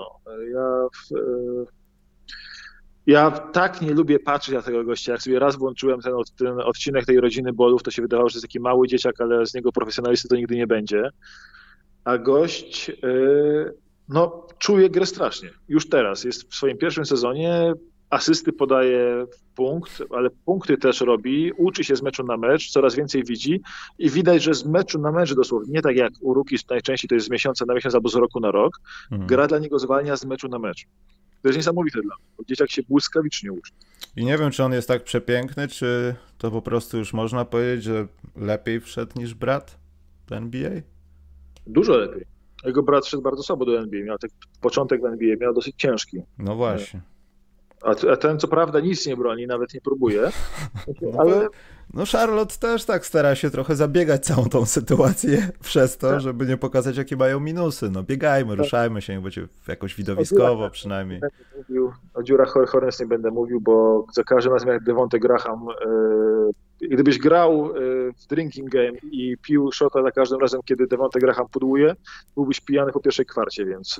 Ja tak nie lubię patrzeć na tego gościa. Jak sobie raz włączyłem ten odcinek tej rodziny Ballów, to się wydawało, że jest taki mały dzieciak, ale z niego profesjonalisty to nigdy nie będzie. A gość No, czuje grę strasznie. Już teraz jest w swoim pierwszym sezonie, asysty podaje w punkt, ale punkty też robi, uczy się z meczu na mecz, coraz więcej widzi i widać, że z meczu na mecz dosłownie, nie tak jak u Rookies najczęściej to jest z miesiąca na miesiąc albo z roku na rok, gra dla niego zwalnia z meczu na mecz. To jest niesamowite dla mnie, bo dzieciak się błyskawicznie uczy. I nie wiem, czy on jest tak przepiękny, czy to po prostu już można powiedzieć, że lepiej wszedł niż brat do NBA? Dużo lepiej. Jego brat szedł bardzo słabo do NBA, miał początek w NBA miał dosyć ciężki. No właśnie. A ten co prawda nic nie broni, nawet nie próbuje, ale... No Charlotte też tak stara się trochę zabiegać całą tą sytuację przez to, żeby nie pokazać, jakie mają minusy. No biegajmy, ruszajmy się, niech będzie jakoś widowiskowo przynajmniej. O dziurach Hornets nie będę mówił, bo za każdym razem jak Devonte Graham, gdybyś grał w drinking game i pił shota za każdym razem, kiedy Devonte Graham pudłuje, byłbyś pijany po pierwszej kwarcie, więc...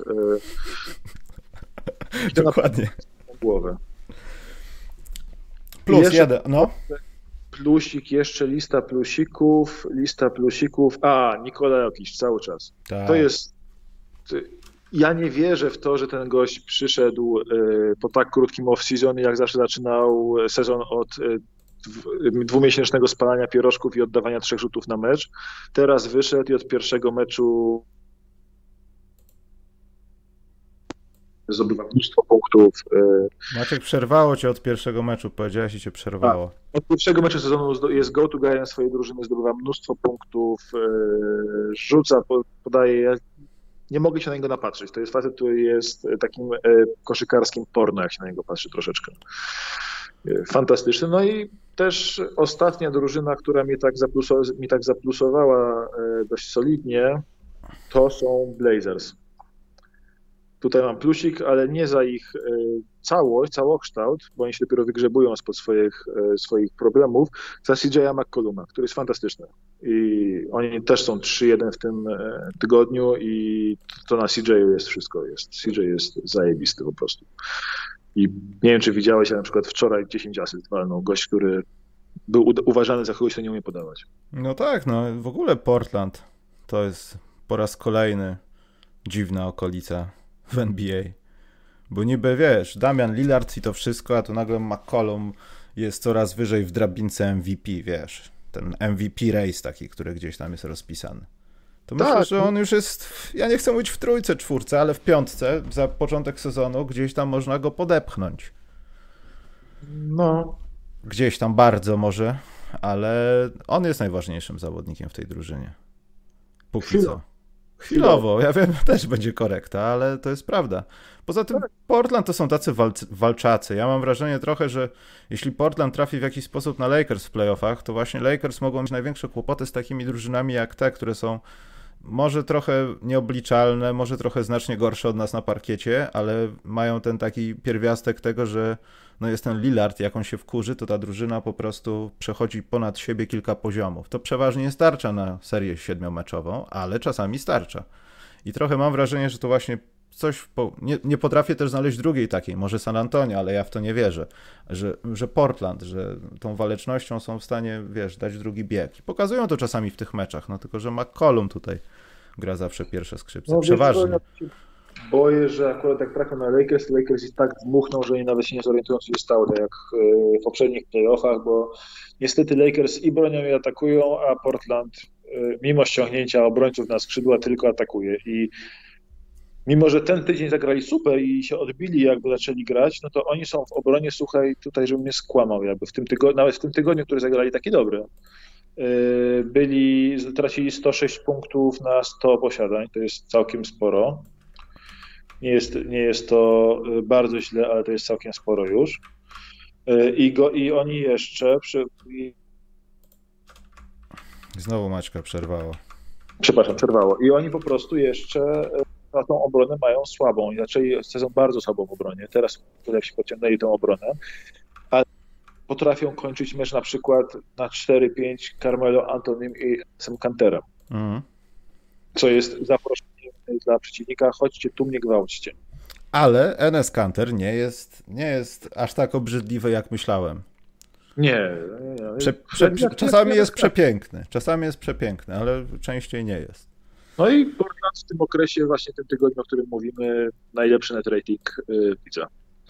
Dokładnie. Głowę. Plus jeden, no. Plusik, jeszcze lista plusików. Nikola Jokic cały czas. Tak. To jest... Ja nie wierzę w to, że ten gość przyszedł po tak krótkim off-season, jak zawsze zaczynał sezon od dwumiesięcznego spalania pierożków i oddawania 3 rzutów na mecz. Teraz wyszedł i od pierwszego meczu zdobywa mnóstwo punktów. Maciek, przerwało cię od pierwszego meczu, powiedziałeś i cię przerwało. Od pierwszego meczu sezonu jest go-to guyem swojej drużyny, zdobywa mnóstwo punktów, rzuca, podaje. Ja nie mogę się na niego napatrzeć. To jest facet, który jest takim koszykarskim porno, jak się na niego patrzy troszeczkę. Fantastyczny. No i też ostatnia drużyna, która mi tak zaplusowała dość solidnie, to są Blazers. Tutaj mam plusik, ale nie za ich całokształt, bo oni się dopiero wygrzebują spod swoich problemów, za CJ'a McColluma, który jest fantastyczny. I oni też są 3-1 w tym tygodniu i to na CJ'u jest wszystko. CJ jest zajebisty po prostu. I nie wiem, czy widziałeś, ale na przykład wczoraj 10 asyst walnął gość, który był uważany za kogoś, kto nie umie podawać. No tak, no w ogóle Portland to jest po raz kolejny dziwna okolica w NBA. Bo niby wiesz, Damian Lillard i to wszystko, a tu nagle McCollum jest coraz wyżej w drabince MVP, wiesz. Ten MVP race taki, który gdzieś tam jest rozpisany. To tak. Myślę, że on już jest, ja nie chcę mówić w trójce, czwórce, ale w piątce za początek sezonu gdzieś tam można go podepchnąć. No. Gdzieś tam bardzo może, ale on jest najważniejszym zawodnikiem w tej drużynie. Póki co. Chwilowo, ja wiem, też będzie korekta, ale to jest prawda. Poza tym Portland to są tacy walczacy. Ja mam wrażenie trochę, że jeśli Portland trafi w jakiś sposób na Lakers w playoffach, to właśnie Lakers mogą mieć największe kłopoty z takimi drużynami jak te, które są może trochę nieobliczalne, może trochę znacznie gorsze od nas na parkiecie, ale mają ten taki pierwiastek tego, że no jest ten Lillard, jak on się wkurzy, to ta drużyna po prostu przechodzi ponad siebie kilka poziomów. To przeważnie starcza na serię 7-meczową, ale czasami starcza. I trochę mam wrażenie, że to właśnie coś... Nie potrafię też znaleźć drugiej takiej, może San Antonio, ale ja w to nie wierzę, że Portland, że tą walecznością są w stanie, wiesz, dać drugi bieg. I pokazują to czasami w tych meczach, no tylko, że McCollum tutaj gra zawsze pierwsze skrzypce, przeważnie. Boję, że akurat jak trafią na Lakers i tak dmuchną, że oni nawet się nie zorientują, co się stało, tak jak w poprzednich playoffach, bo niestety Lakers i bronią i atakują, a Portland mimo ściągnięcia obrońców na skrzydła tylko atakuje. I mimo, że ten tydzień zagrali super i się odbili, jakby zaczęli grać, no to oni są w obronie, słuchaj, tutaj, żebym nie skłamał, jakby nawet w tym tygodniu, który zagrali taki dobry, tracili 106 punktów na 100 posiadań, to jest całkiem sporo. Nie jest to bardzo źle, ale to jest całkiem sporo już. I oni jeszcze... Znowu Maćka przerwało. Przepraszam, przerwało. I oni po prostu jeszcze na tą obronę mają słabą. I zaczęli sezon bardzo słabą w obronie. Teraz się pociągnęli tą obronę, ale potrafią kończyć mecz na przykład na 4-5 Carmelo Antonym i Sam Kanterem. Co jest zaproszeniem dla przeciwnika, chodźcie tu, mnie gwałćcie. Ale Enes Kanter nie jest aż tak obrzydliwy, jak myślałem. Nie. Czasami jest przepiękny, ale częściej nie jest. No i Portland w tym okresie, właśnie w tym tygodniu, o którym mówimy, najlepszy net rating widzę.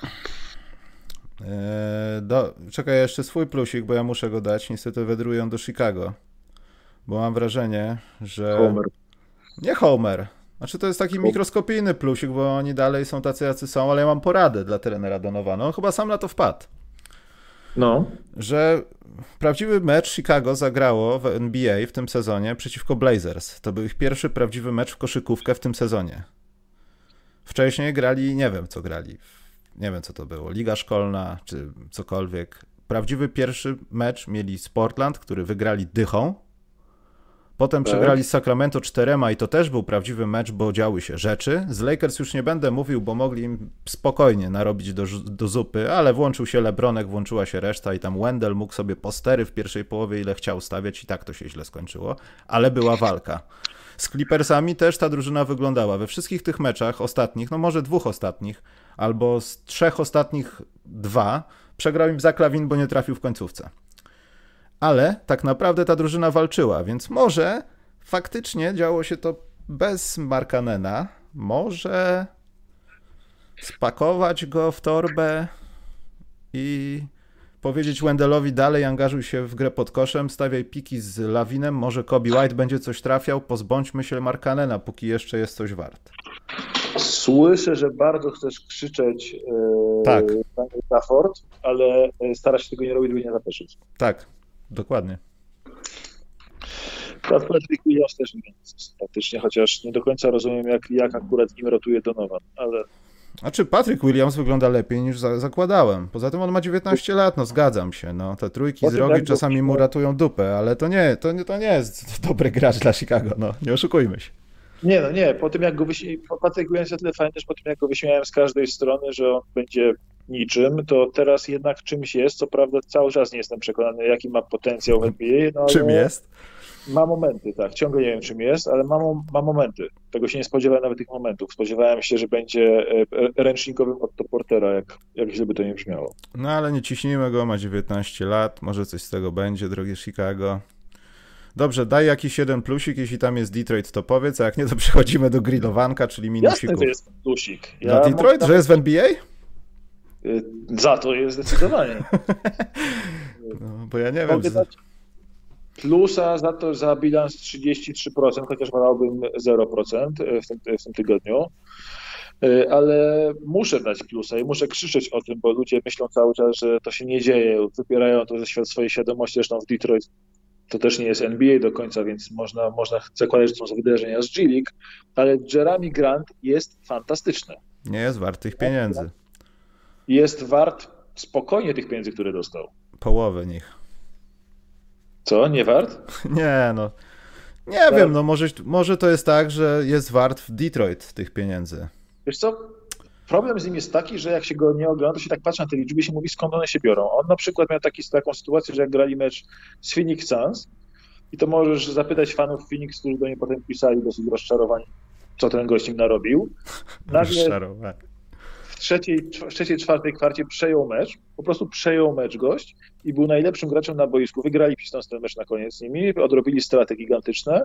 Czekaj, jeszcze swój plusik, bo ja muszę go dać. Niestety wędrują do Chicago, bo mam wrażenie, że... Homer. Nie Homer. Znaczy to jest taki mikroskopijny plusik, bo oni dalej są tacy, jacy są, ale ja mam poradę dla trenera Donovana. On chyba sam na to wpadł. No. Że prawdziwy mecz Chicago zagrało w NBA w tym sezonie przeciwko Blazers. To był ich pierwszy prawdziwy mecz w koszykówkę w tym sezonie. Wcześniej grali, nie wiem co grali, nie wiem co to było, liga szkolna czy cokolwiek. Prawdziwy pierwszy mecz mieli z Portland, który wygrali dychą. Potem przegrali z Sacramento 4 i to też był prawdziwy mecz, bo działy się rzeczy. Z Lakers już nie będę mówił, bo mogli im spokojnie narobić do zupy, ale włączył się LeBronek, włączyła się reszta i tam Wendell mógł sobie postery w pierwszej połowie ile chciał stawiać i tak to się źle skończyło, ale była walka. Z Clippersami też ta drużyna wyglądała. We wszystkich tych meczach ostatnich, no może 2 ostatnich, albo z 3 ostatnich 2, przegrał im Zach LaVine, bo nie trafił w końcówce. Ale tak naprawdę ta drużyna walczyła, więc może faktycznie działo się to bez Markkanena. Może spakować go w torbę i powiedzieć Wendellowi dalej angażuj się w grę pod koszem, stawiaj piki z Lavinem, może Kobe White będzie coś trafiał, pozbądźmy się Markkanena, póki jeszcze jest coś wart. Słyszę, że bardzo chcesz krzyczeć tak. na Stafford, ale starasz się tego nie robić, żeby nie zapeszyć. Tak, dokładnie. Patrick Williams też wygląda sympatycznie, chociaż nie do końca rozumiem, jak akurat nim rotuje Donovan, ale... Znaczy Patrick Williams wygląda lepiej niż zakładałem. Poza tym on ma 19 lat, no zgadzam się. No, te trójki z rogi czasami mu ratują dupę, ale to nie jest dobry gracz dla Chicago, no nie oszukujmy się. Nie. Po tym jak go Patrick Williams jest tyle fajny, że po tym jak go wyśmiałem z każdej strony, że on będzie niczym, to teraz jednak czymś jest. Co prawda cały czas nie jestem przekonany, jaki ma potencjał w NBA. No, czym jest? Ma momenty, tak. Ciągle nie wiem, czym jest, ale ma momenty. Tego się nie spodziewałem nawet tych momentów. Spodziewałem się, że będzie ręcznikowym Otto Portera, jak źle by to nie brzmiało. No ale nie ciśnijmy go, ma 19 lat, może coś z tego będzie, drogie Chicago. Dobrze, daj jakiś jeden plusik, jeśli tam jest Detroit, to powiedz, a jak nie, to przechodzimy do grillowanka, czyli minusików. Jasne, że jest plusik. Dla Detroit, że jest w NBA? Za to jest zdecydowanie. No, bo ja nie wiem. Plusa za bilans 33%, chociaż wolałbym 0% w tym tygodniu. Ale muszę dać plusa i muszę krzyczeć o tym, bo ludzie myślą cały czas, że to się nie dzieje, wypierają to ze swojej świadomości, zresztą w Detroit to też nie jest NBA do końca, więc można zakładać, że to są wydarzenia z G-League, ale Jerami Grant jest fantastyczny. Nie jest wart tych pieniędzy. Jest wart spokojnie tych pieniędzy, które dostał. Połowę nich. Co? Nie wart? Nie, no. Nie wiem, no może to jest tak, że jest wart w Detroit tych pieniędzy. Wiesz co? Problem z nim jest taki, że jak się go nie ogląda, to się tak patrzy na te liczby i się mówi, skąd one się biorą. On na przykład miał taką sytuację, że jak grali mecz z Phoenix Suns i to możesz zapytać fanów Phoenix, którzy do niej potem pisali dosyć rozczarowani, co ten gość im narobił. Nagle w trzeciej, czwartej kwarcie po prostu przejął mecz gość i był najlepszym graczem na boisku. Wygrali Pistons ten mecz na koniec z nimi, odrobili straty gigantyczne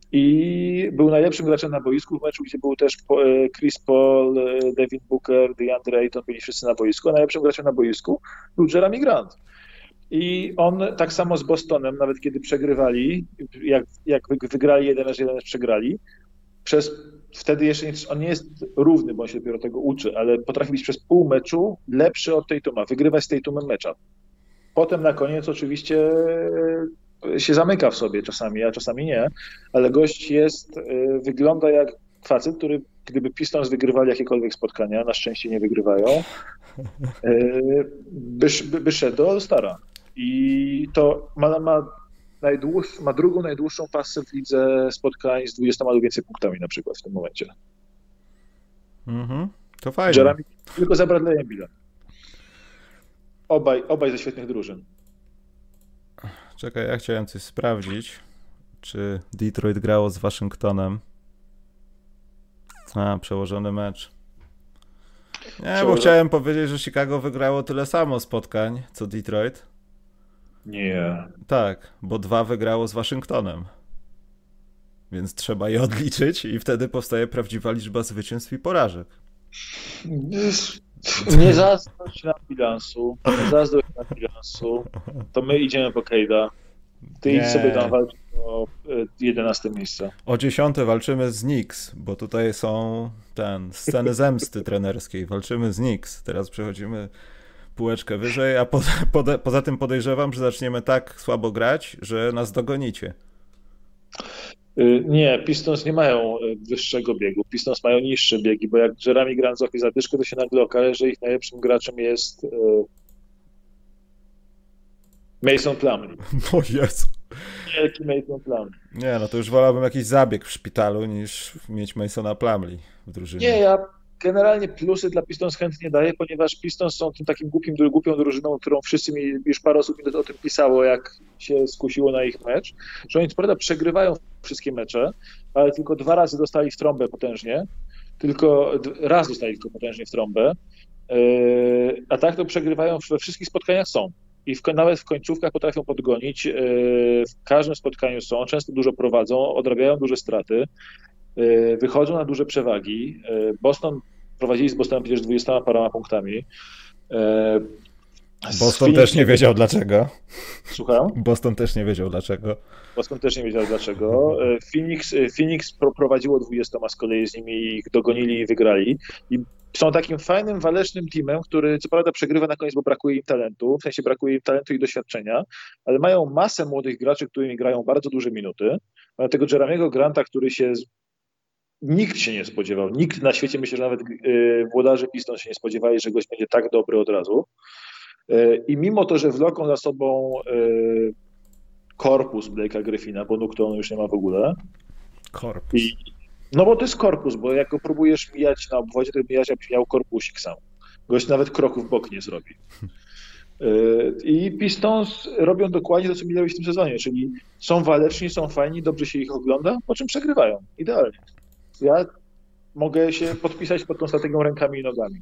i był najlepszym graczem na boisku w meczu, gdzie był też Chris Paul, Devin Booker, DeAndre Ayton, byli wszyscy na boisku, a najlepszym graczem na boisku był Jerami Grant. I on tak samo z Bostonem, nawet kiedy przegrywali, jak wygrali jeden mecz przegrali, wtedy jeszcze on nie jest równy, bo on się dopiero tego uczy, ale potrafi być przez pół meczu lepszy od Tatuma, wygrywać z Tatumem mecza. Potem na koniec oczywiście się zamyka w sobie czasami, a czasami nie, ale gość wygląda jak facet, który gdyby Pistons wygrywali jakiekolwiek spotkania, na szczęście nie wygrywają, by szedł do All-Stara. I to ma drugą najdłuższą pasę w lidze spotkań z 20 lub więcej punktami na przykład w tym momencie. To fajnie. Jerami, tylko za Bradleyem Billem. Obaj ze świetnych drużyn. Czekaj, ja chciałem coś sprawdzić, czy Detroit grało z Waszyngtonem. Przełożony mecz. Nie, bo chciałem powiedzieć, że Chicago wygrało tyle samo spotkań, co Detroit. Nie. Tak, bo 2 wygrało z Waszyngtonem. więc trzeba je odliczyć i wtedy powstaje prawdziwa liczba zwycięstw i porażek. Nie zazdrość nam bilansu, to my idziemy po Cade'a. Ty idź sobie tam walczyć o 11 miejsce. O 10 walczymy z Knicks, bo tutaj są sceny zemsty trenerskiej. Walczymy z Knicks. Teraz przechodzimy półeczkę wyżej, a poza tym podejrzewam, że zaczniemy tak słabo grać, że nas dogonicie. Nie, Pistons nie mają wyższego biegu. Pistons mają niższe biegi, bo jak Jeremy Grant złapie zadyszkę, to się nagle okaże, że ich najlepszym graczem jest Mason Plumlee. O Jezu. Wielki Mason Plumlee. Nie, no to już wolałbym jakiś zabieg w szpitalu niż mieć Masona Plumlee w drużynie. Nie, ja generalnie plusy dla Pistons chętnie daję, ponieważ Pistons są tym takim głupią drużyną, którą wszyscy mi, już parę osób mi o tym pisało, jak się skusiło na ich mecz, że oni co prawda przegrywają wszystkie mecze, ale tylko 2 razy dostali w trąbę potężnie, tylko raz dostali tylko potężnie w trąbę, a tak to przegrywają we wszystkich spotkaniach są. I nawet w końcówkach potrafią podgonić, w każdym spotkaniu są, często dużo prowadzą, odrabiają duże straty, wychodzą na duże przewagi. Prowadzili z Bostonem przecież 20 paroma punktami. Boston też nie wiedział dlaczego. Słucham? Boston też nie wiedział dlaczego. Phoenix prowadziło 20 z kolei z nimi, ich dogonili i wygrali. I są takim fajnym, walecznym teamem, który co prawda przegrywa na koniec, bo brakuje im talentu, w sensie brakuje im talentu i doświadczenia, ale mają masę młodych graczy, którymi grają bardzo duże minuty. Mają tego Jeremiego Granta, który nikt się nie spodziewał. Nikt na świecie, myślę, że nawet włodarze Pistons się nie spodziewali, że gość będzie tak dobry od razu. I mimo to, że wloką za sobą korpus Blake'a Griffina, bo nóg to on już nie ma w ogóle. Korpus. No bo to jest korpus, bo jak go próbujesz mijać na obwodzie, to mijać jakbyś miał korpusik sam. Gość nawet kroku w bok nie zrobi. I Pistons robią dokładnie to, co mieli w tym sezonie, czyli są waleczni, są fajni, dobrze się ich ogląda, po czym przegrywają. Idealnie. Ja mogę się podpisać pod tą strategią rękami i nogami.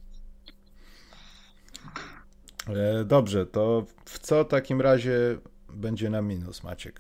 Dobrze, to w co w takim razie będzie na minus, Maciek?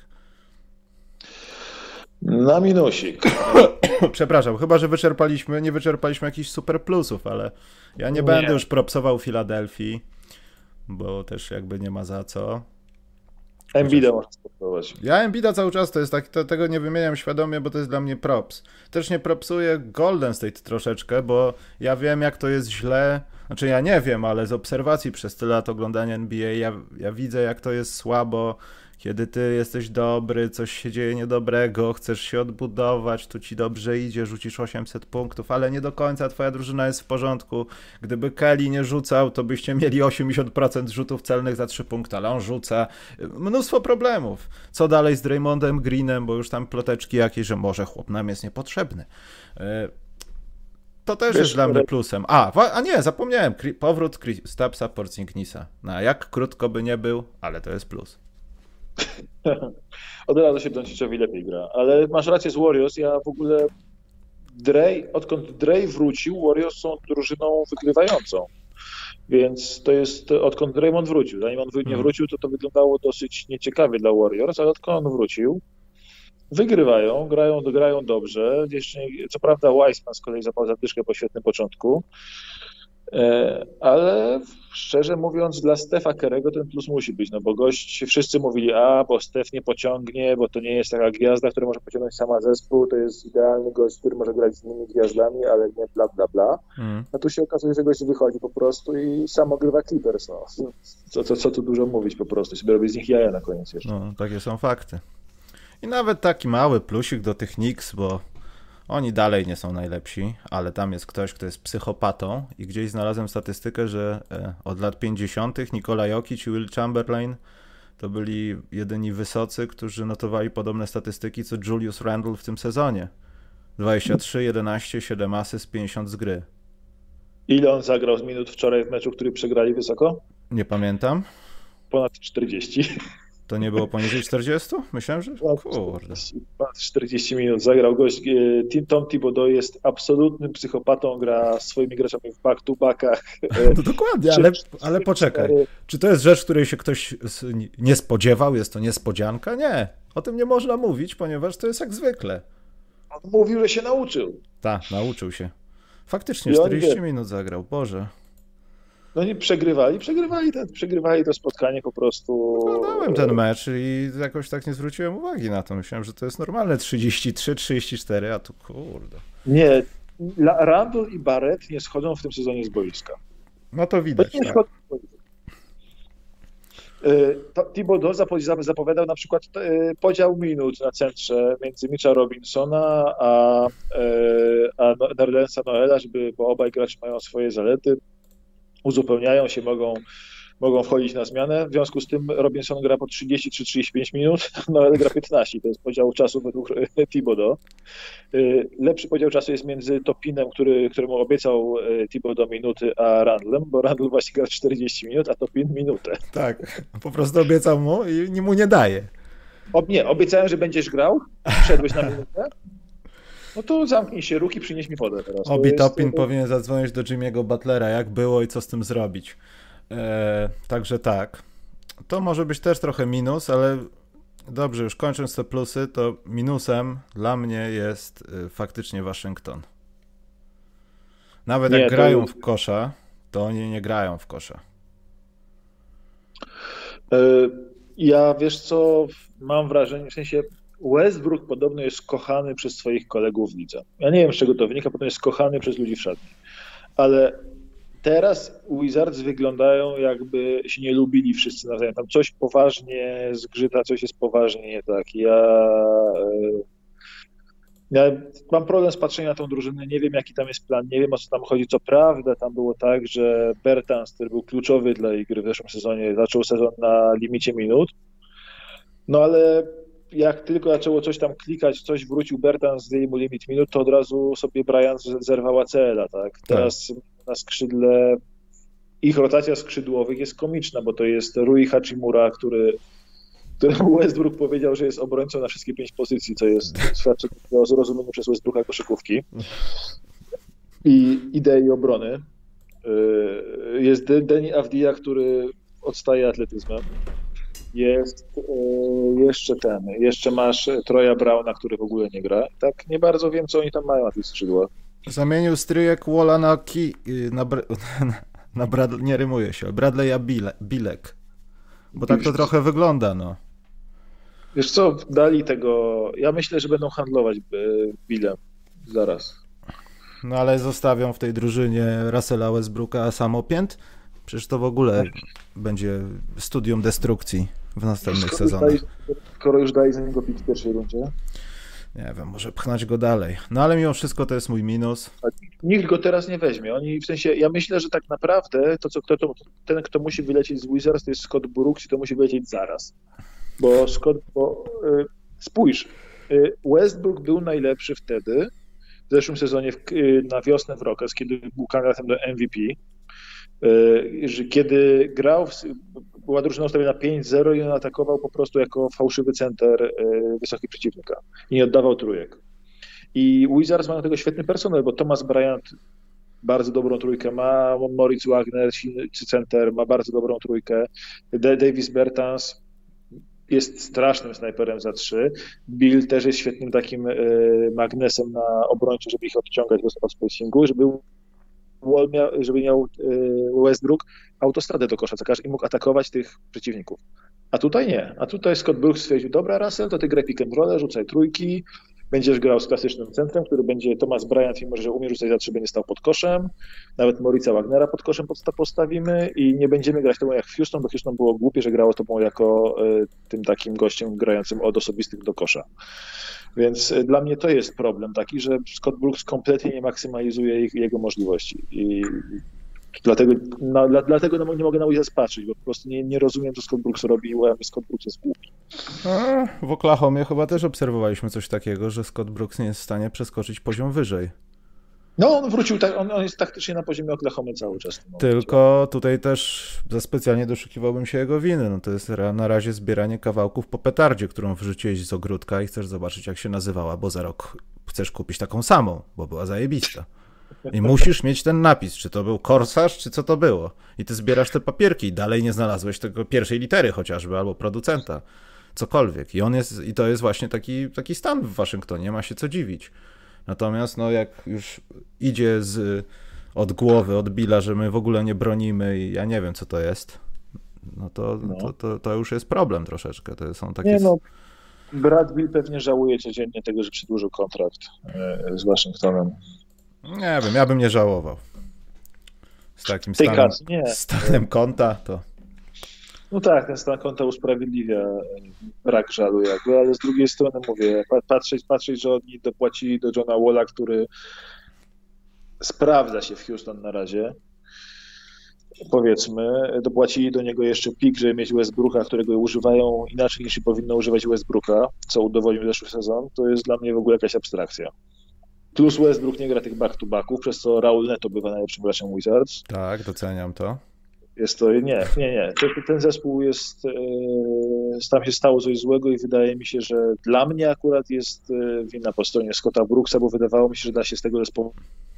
Na minusik. Przepraszam, chyba że nie wyczerpaliśmy jakichś super plusów, ale ja nie będę już propsował Filadelfii, bo też jakby nie ma za co. Embida można spróbować. Ja Embida cały czas, to jest tak, tego nie wymieniam świadomie, bo to jest dla mnie props. Też nie propsuję Golden State troszeczkę, bo ja wiem, jak to jest źle. Znaczy ja nie wiem, ale z obserwacji przez tyle lat oglądania NBA ja widzę, jak to jest słabo, kiedy ty jesteś dobry, coś się dzieje niedobrego, chcesz się odbudować, tu ci dobrze idzie, rzucisz 800 punktów, ale nie do końca twoja drużyna jest w porządku. Gdyby Kelly nie rzucał, to byście mieli 80% rzutów celnych za 3 punkty, ale on rzuca. Mnóstwo problemów. Co dalej z Draymondem Greenem, bo już tam ploteczki jakieś, że może chłop nam jest niepotrzebny. To też jest dla mnie plusem. A nie, zapomniałem. Powrót Stapsa Porzingnisa. No, jak krótko by nie był, ale to jest plus. Od razu się Donciczowi lepiej gra. Ale masz rację z Warriors. Ja w ogóle odkąd Dre wrócił, Warriors są drużyną wygrywającą. Więc to jest odkąd Draymond wrócił. Zanim on nie wrócił, to wyglądało dosyć nieciekawie dla Warriors, ale odkąd on wrócił, wygrywają, grają dobrze. Jeszcze, co prawda Wiseman z kolei zapał zadyszkę po świetnym początku, ale szczerze mówiąc dla Stefa Curry'ego ten plus musi być, no bo wszyscy mówili, bo Steph nie pociągnie, bo to nie jest taka gwiazda, która może pociągnąć sama zespół, to jest idealny gość, który może grać z innymi gwiazdami, ale nie bla bla bla. A tu się okazuje, że gość wychodzi po prostu i sam ogrywa Clippers, no. Co tu dużo mówić po prostu, sobie robi z nich jaja na koniec jeszcze. No, takie są fakty. I nawet taki mały plusik do tych Knicks, bo oni dalej nie są najlepsi, ale tam jest ktoś, kto jest psychopatą i gdzieś znalazłem statystykę, że od lat 50. Nikola Jokic i Will Chamberlain to byli jedyni wysocy, którzy notowali podobne statystyki co Julius Randle w tym sezonie. 23, 11, 7 asyst, 50 z gry. Ile on zagrał z minut wczoraj w meczu, który przegrali wysoko? Nie pamiętam. Ponad 40. To nie było poniżej 40? Myślałem, że... Kurde. Ponad 40 minut zagrał gość. Tom Thibodeau jest absolutnym psychopatą, gra swoimi graczami w back-to-backach. No dokładnie, ale poczekaj. Czy to jest rzecz, której się ktoś nie spodziewał? Jest to niespodzianka? Nie. O tym nie można mówić, ponieważ to jest jak zwykle. On mówił, że się nauczył. Tak, nauczył się. Faktycznie, I 40 minut zagrał, Boże. No nie przegrywali to spotkanie po prostu. Oglądałem ten mecz i jakoś tak nie zwróciłem uwagi na to. Myślałem, że to jest normalne 33-34, a tu kurde. Nie, Randall i Barrett nie schodzą w tym sezonie z boiska. No to widać, nie tak. schodzą z boiska. Thibodeau zapowiadał na przykład podział minut na centrze między Mitcha Robinsona a Nerlensa Noela, bo obaj gracze mają swoje zalety, uzupełniają się, mogą wchodzić na zmianę. W związku z tym Robinson gra po 33-35 minut, Noel gra 15. To jest podział czasu według Thibodeau. Lepszy podział czasu jest między Topinem, któremu obiecał Thibodeau minuty, a Randlem, bo Randle właśnie gra 40 minut, a Topin minutę. Tak, po prostu obiecał mu i mu nie daje. Obiecałem, że będziesz grał, wszedłeś na minutę, no to zamknij się, ruch i przynieś mi wodę teraz. Topin powinien zadzwonić do Jimmy'ego Butlera, jak było i co z tym zrobić. Także tak. To może być też trochę minus, ale dobrze, już kończąc te plusy, to minusem dla mnie jest faktycznie Waszyngton. Nawet jak grają w kosza, to oni nie grają w kosza. Ja, wiesz co, mam wrażenie, w sensie Westbrook podobno jest kochany przez swoich kolegów w lidze. Ja nie wiem, z czego to wynika, potem jest kochany przez ludzi w szatni. Ale teraz Wizards wyglądają, jakby się nie lubili wszyscy nawzajem. Tam coś poważnie zgrzyta, coś jest poważnie nie tak. Ja mam problem z patrzeniem na tą drużynę, nie wiem jaki tam jest plan, nie wiem o co tam chodzi. Co prawda tam było tak, że Bertans, który był kluczowy dla jej gry w zeszłym sezonie, zaczął sezon na limicie minut, no ale jak tylko zaczęło coś tam klikać, coś wrócił Bertans, zdjęli mu limit minut, to od razu sobie Bryant zerwał ACL-a, tak? Teraz na skrzydle ich rotacja skrzydłowych jest komiczna, bo to jest Rui Hachimura, któremu Westbrook powiedział, że jest obrońcą na wszystkie 5 pozycji, co jest świadczy o zrozumieniu przez Westbrooka koszykówki i idei obrony. Jest Deni Avdija, który odstaje atletyzmem. Jest jeszcze masz Troya Browna, który w ogóle nie gra. Tak nie bardzo wiem, co oni tam mają na tych skrzydłach. Zamienił stryjek Walla na nie rymuje się, Bradley'a Bilek. Bo tak to trochę wygląda, no. Wiesz co, dali tego, ja myślę, że będą handlować Billem zaraz. No ale zostawią w tej drużynie Russella Westbrooka samopięt? Przecież to w ogóle będzie studium destrukcji w następnych sezonach. Skoro już dali za niego pick w pierwszej rundzie. Nie wiem, może pchnąć go dalej. No ale mimo wszystko to jest mój minus. Nikt go teraz nie weźmie. Oni, w sensie, ja myślę, że tak naprawdę ten, kto musi wylecieć z Wizards, to jest Scott Brooks i to musi wylecieć zaraz. Spójrz, Westbrook był najlepszy wtedy, w zeszłym sezonie na wiosnę w Rockets, kiedy był kandydatem do MVP, kiedy grał, była drużyna ustawiona 5-0 i on atakował po prostu jako fałszywy center wysoki przeciwnika i nie oddawał trójek. I Wizards mają tego świetny personel, bo Thomas Bryant bardzo dobrą trójkę ma, Moritz Wagner, center, ma bardzo dobrą trójkę, Davis Bertans jest strasznym snajperem za 3, Bill też jest świetnym takim magnesem na obrońcę, żeby ich odciągać od spacingu, żeby miał Westbrook autostradę do kosza i mógł atakować tych przeciwników. A tutaj nie. A tutaj Scott Brooks stwierdził, dobra Russell, to ty graj pick and roll, rzucaj trójki, będziesz grał z klasycznym centrem, który będzie Thomas Bryant, mimo że umie rzucać za 3, będzie stał pod koszem, nawet Moritza Wagnera pod koszem postawimy i nie będziemy grać tobą jak w Houston, bo Houston było głupie, że grało tobą jako tym takim gościem grającym od osobistych do kosza. Więc dla mnie to jest problem taki, że Scott Brooks kompletnie nie maksymalizuje jego możliwości i dlatego nie mogę na Wizards patrzeć, bo po prostu nie rozumiem, co Scott Brooks robi i Scott Brooks jest głupi. W Oklahomie chyba też obserwowaliśmy coś takiego, że Scott Brooks nie jest w stanie przeskoczyć poziom wyżej. No, on wrócił, on jest taktycznie na poziomie Oklahomy cały czas. Tylko tutaj też za specjalnie doszukiwałbym się jego winy. No to jest na razie zbieranie kawałków po petardzie, którą wrzuciłeś z ogródka i chcesz zobaczyć, jak się nazywała, bo za rok chcesz kupić taką samą, bo była zajebista. I musisz mieć ten napis, czy to był korsarz, czy co to było. I ty zbierasz te papierki i dalej nie znalazłeś tego pierwszej litery chociażby, albo producenta. cokolwiek. I to jest właśnie taki stan w Waszyngtonie, nie ma się co dziwić. Natomiast no jak już idzie od głowy, od Billa, że my w ogóle nie bronimy i ja nie wiem, co to jest, no to już jest problem troszeczkę. To są takie... Nie no, Brad Bill pewnie żałuje codziennie tego, że przedłużył kontrakt z Waszyngtonem. Nie wiem, ja bym nie żałował. Z takim stanem konta to... No tak, ten stan konta usprawiedliwia brak żalu jakby, ale z drugiej strony mówię, patrzeć, że oni dopłacili do Johna Walla, który sprawdza się w Houston na razie, powiedzmy, dopłacili do niego jeszcze pik, żeby mieć Westbrooka, którego używają inaczej niż się powinno używać Westbrooka, co udowodnił zeszły sezon, to jest dla mnie w ogóle jakaś abstrakcja. Plus Westbrook nie gra tych back-to-backów, przez co Raul Neto bywa najlepszym graczem Wizards. Tak, doceniam to. Jest to, nie. Ten zespół jest, tam się stało coś złego i wydaje mi się, że dla mnie akurat jest wina po stronie Scotta Brooksa, bo wydawało mi się, że da się z tego zespołu...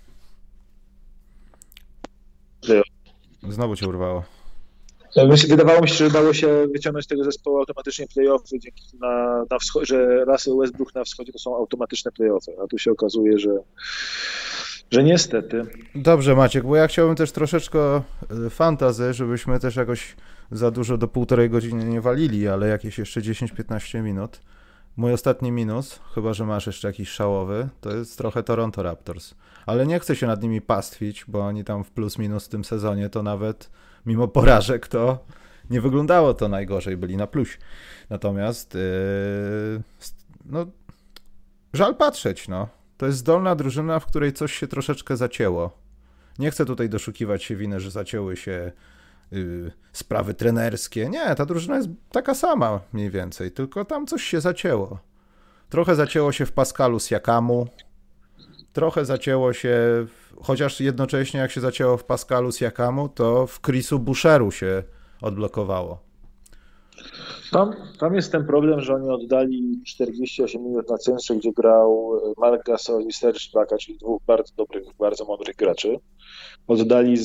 Znowu cię urwało. Wydawało mi się, że dało się wyciągnąć z tego zespołu automatycznie play-offy, dzięki na wschodzie, że Russell Westbrook na wschodzie to są automatyczne play-offy, a tu się okazuje, że niestety. Dobrze, Maciek, bo ja chciałbym też troszeczkę fantazy, żebyśmy też jakoś za dużo do 1,5 godziny nie walili, ale jakieś jeszcze 10-15 minut. Mój ostatni minus, chyba że masz jeszcze jakiś szałowy, to jest trochę Toronto Raptors. Ale nie chcę się nad nimi pastwić, bo oni tam w plus minus w tym sezonie to nawet mimo porażek to nie wyglądało to najgorzej, byli na plusie. Natomiast no żal patrzeć, no. To jest zdolna drużyna, w której coś się troszeczkę zacięło. Nie chcę tutaj doszukiwać się winy, że zacięły się sprawy trenerskie. Nie, ta drużyna jest taka sama mniej więcej, tylko tam coś się zacięło. Trochę zacięło się w Pascalu Siakamu, trochę zacięło się, chociaż jednocześnie jak się zacięło w Pascalu Siakamu, to w Chrisu Boucheru się odblokowało. Tam jest ten problem, że oni oddali 48 minut na centrze, gdzie grał Marc Gasol i Serge Ibaka, czyli dwóch bardzo dobrych, bardzo mądrych graczy. Oddali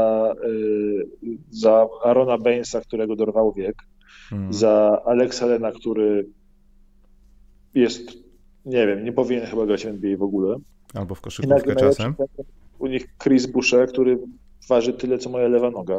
za Aarona Bainesa, którego dorwał wiek, za Alexa Lena, który jest, nie wiem, nie powinien chyba grać w NBA w ogóle. Albo w koszykówkę czasem. U nich Chris Boucher, który waży tyle, co moja lewa noga.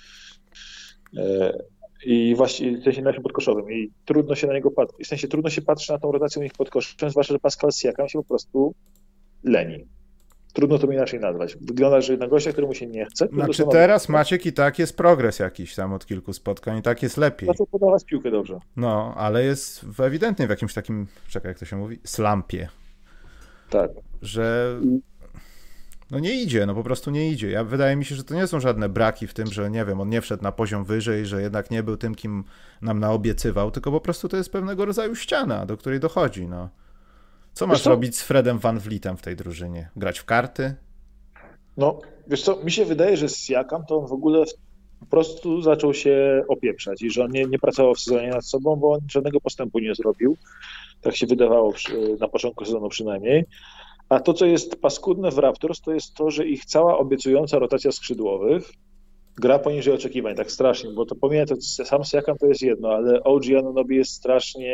I właśnie w sensie naszym podkoszowym. I trudno się na niego patrzeć. W sensie trudno się patrzy na tą rotację u nich pod koszem, zwłaszcza, że Pascal Siakam się po prostu leni. Trudno to inaczej nazwać. Wygląda, że na gościa, któremu się nie chce... Znaczy teraz, Maciek, i tak jest progres jakiś tam od kilku spotkań, i tak jest lepiej. Zaczął podawać piłkę dobrze. No, ale jest ewidentnie w jakimś takim, czekaj, jak to się mówi, slampie. Tak. Że... No nie idzie, no po prostu nie idzie. Wydaje mi się, że to nie są żadne braki w tym, że nie wiem, on nie wszedł na poziom wyżej, że jednak nie był tym, kim nam naobiecywał, tylko po prostu to jest pewnego rodzaju ściana, do której dochodzi, no. Co masz robić z Fredem VanVleetem w tej drużynie? Grać w karty? No, wiesz co, mi się wydaje, że z Siakam to on w ogóle po prostu zaczął się opieprzać i że on nie pracował w sezonie nad sobą, bo on żadnego postępu nie zrobił. Tak się wydawało na początku sezonu przynajmniej. A to, co jest paskudne w Raptors, to jest to, że ich cała obiecująca rotacja skrzydłowych gra poniżej oczekiwań, tak strasznie, bo to pomijam, to sam Siakam to jest jedno, ale OG Anunoby jest strasznie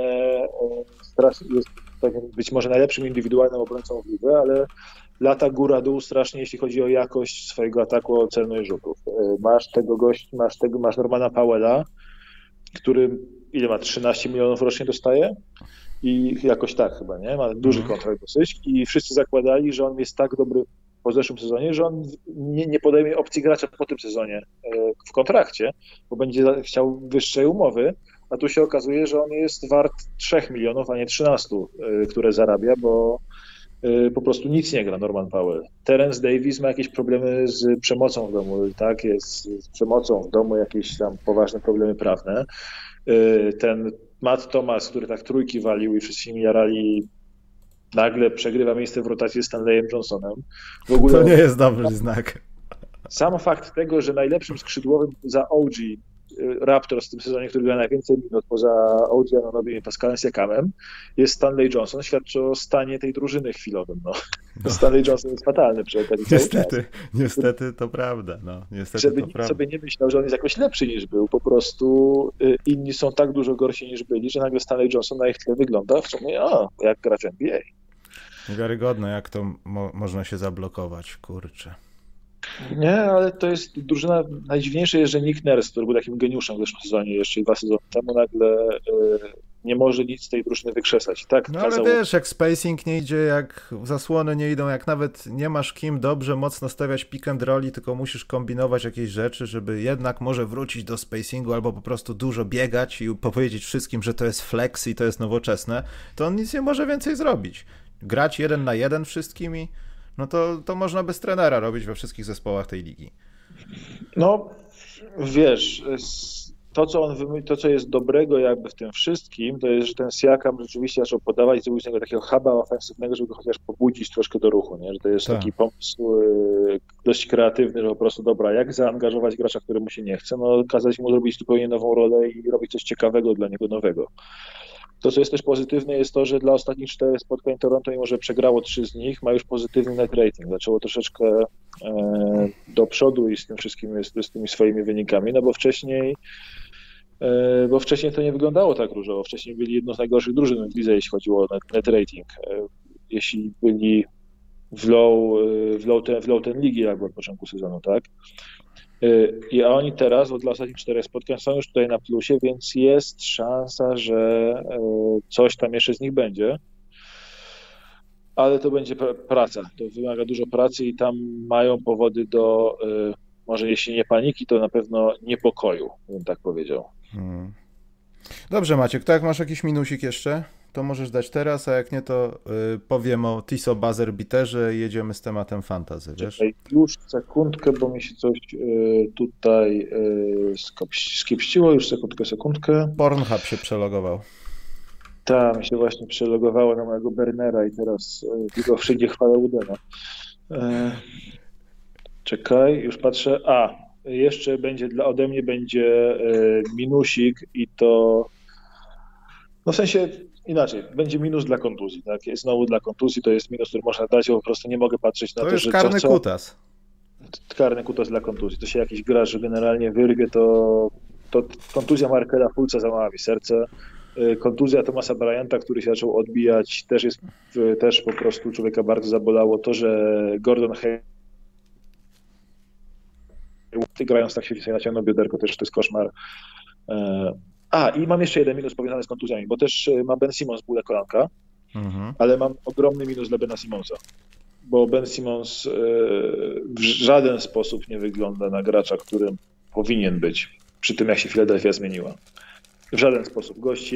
jest być może najlepszym indywidualnym obrońcą w lidze, ale lata góra-dół strasznie, jeśli chodzi o jakość swojego ataku, ocenu i rzutów. Masz Normana Powella, który ile ma, 13 milionów rocznie dostaje? I jakoś tak chyba, nie? Ma duży kontrakt dosyć i wszyscy zakładali, że on jest tak dobry po zeszłym sezonie, że on nie podejmie opcji gracza po tym sezonie w kontrakcie, bo będzie chciał wyższej umowy, a tu się okazuje, że on jest wart 3 milionów, a nie 13, które zarabia, bo po prostu nic nie gra Norman Powell. Terence Davis ma jakieś problemy z przemocą w domu, tak? Jest z przemocą w domu, jakieś tam poważne problemy prawne. Ten Matt Thomas, który tak trójki walił i wszyscy się jarali, nagle przegrywa miejsce w rotacji z Stanleyem Johnsonem. W ogóle to nie jest dobry znak. Sam fakt tego, że najlepszym skrzydłowym za OG Raptors w tym sezonie, który gra najwięcej minut poza OG Anunoby i Pascalem Siakamem, jest Stanley Johnson, świadczy o stanie tej drużyny chwilowym. No. Stanley Johnson jest fatalny przy okazji. Niestety to prawda. No, żeby nikt sobie nie myślał, że on jest jakoś lepszy niż był, po prostu inni są tak dużo gorsi niż byli, że nagle Stanley Johnson na ich tle wygląda w sumie, jak gracz NBA. Niewiarygodne, jak to można się zablokować, kurczę. Nie, ale to jest drużyna, najdziwniejsze jest, że Nick Nurse, który był takim geniuszem w zeszłym sezonie, jeszcze 2 sezony temu, nagle nie może nic z tej drużyny wykrzesać. Tak, no ale wiesz, jak spacing nie idzie, jak zasłony nie idą, jak nawet nie masz kim dobrze mocno stawiać pick and rolli, tylko musisz kombinować jakieś rzeczy, żeby jednak może wrócić do spacingu albo po prostu dużo biegać i powiedzieć wszystkim, że to jest flex i to jest nowoczesne, to on nic nie może więcej zrobić. Grać 1 na 1 wszystkimi, no to można bez trenera robić we wszystkich zespołach tej ligi. No, wiesz, to co jest dobrego jakby w tym wszystkim, to jest, że ten Siakam rzeczywiście zaczął podawać, zrobił z niego takiego huba ofensywnego, żeby go chociaż pobudzić troszkę do ruchu, nie? Że to jest taki pomysł dość kreatywny, że po prostu dobra, jak zaangażować gracza, któremu się nie chce, no kazać mu zrobić zupełnie nową rolę i robić coś ciekawego dla niego nowego. To, co jest też pozytywne, jest to, że dla ostatnich 4 spotkań Toronto, mimo że przegrało 3 z nich, ma już pozytywny net rating. Zaczęło troszeczkę do przodu i z tym wszystkim, z tymi swoimi wynikami, no bo wcześniej to nie wyglądało tak różowo. Wcześniej byli jedną z najgorszych drużyn w lidze, jeśli chodziło o net rating. Jeśli byli w low ten ligi jakby od początku sezonu, tak? A oni teraz, dla ostatnich 4 spotkań są już tutaj na plusie, więc jest szansa, że coś tam jeszcze z nich będzie. Ale to będzie praca. To wymaga dużo pracy i tam mają powody do, może jeśli nie paniki, to na pewno niepokoju, bym tak powiedział. Dobrze, Maciek, to jak masz jakiś minusik jeszcze, to możesz dać teraz, a jak nie, to powiem o Tiso Buzzer Beaterze i jedziemy z tematem fantasy, wiesz? Czekaj, już sekundkę, bo mi się coś tutaj skipściło, już sekundkę. Pornhub się przelogował. Tak, mi się właśnie przelogowało na mojego Bernera i teraz tylko wszędzie chwalę Udena. Czekaj, już patrzę. Jeszcze ode mnie będzie minusik i to, no w sensie inaczej, będzie minus dla kontuzji, tak? Znowu dla kontuzji to jest minus, który można dać, bo po prostu nie mogę patrzeć na to, jest karny kutas. Karny kutas dla kontuzji. To się jakiś gracz, że generalnie wyrwie, to kontuzja Markela Fultza załamała mi serce. Kontuzja Thomasa Bryanta, który się zaczął odbijać, też po prostu człowieka bardzo zabolało. To, że Gordon Hayward grając tak się naciągnął bioderko, też to jest koszmar. I mam jeszcze jeden minus powiązany z kontuzjami, bo też ma Ben Simmons bólę kolanka, ale mam ogromny minus dla Bena Simmonsa, bo Ben Simmons w żaden sposób nie wygląda na gracza, którym powinien być, przy tym jak się Philadelphia zmieniła. W żaden sposób.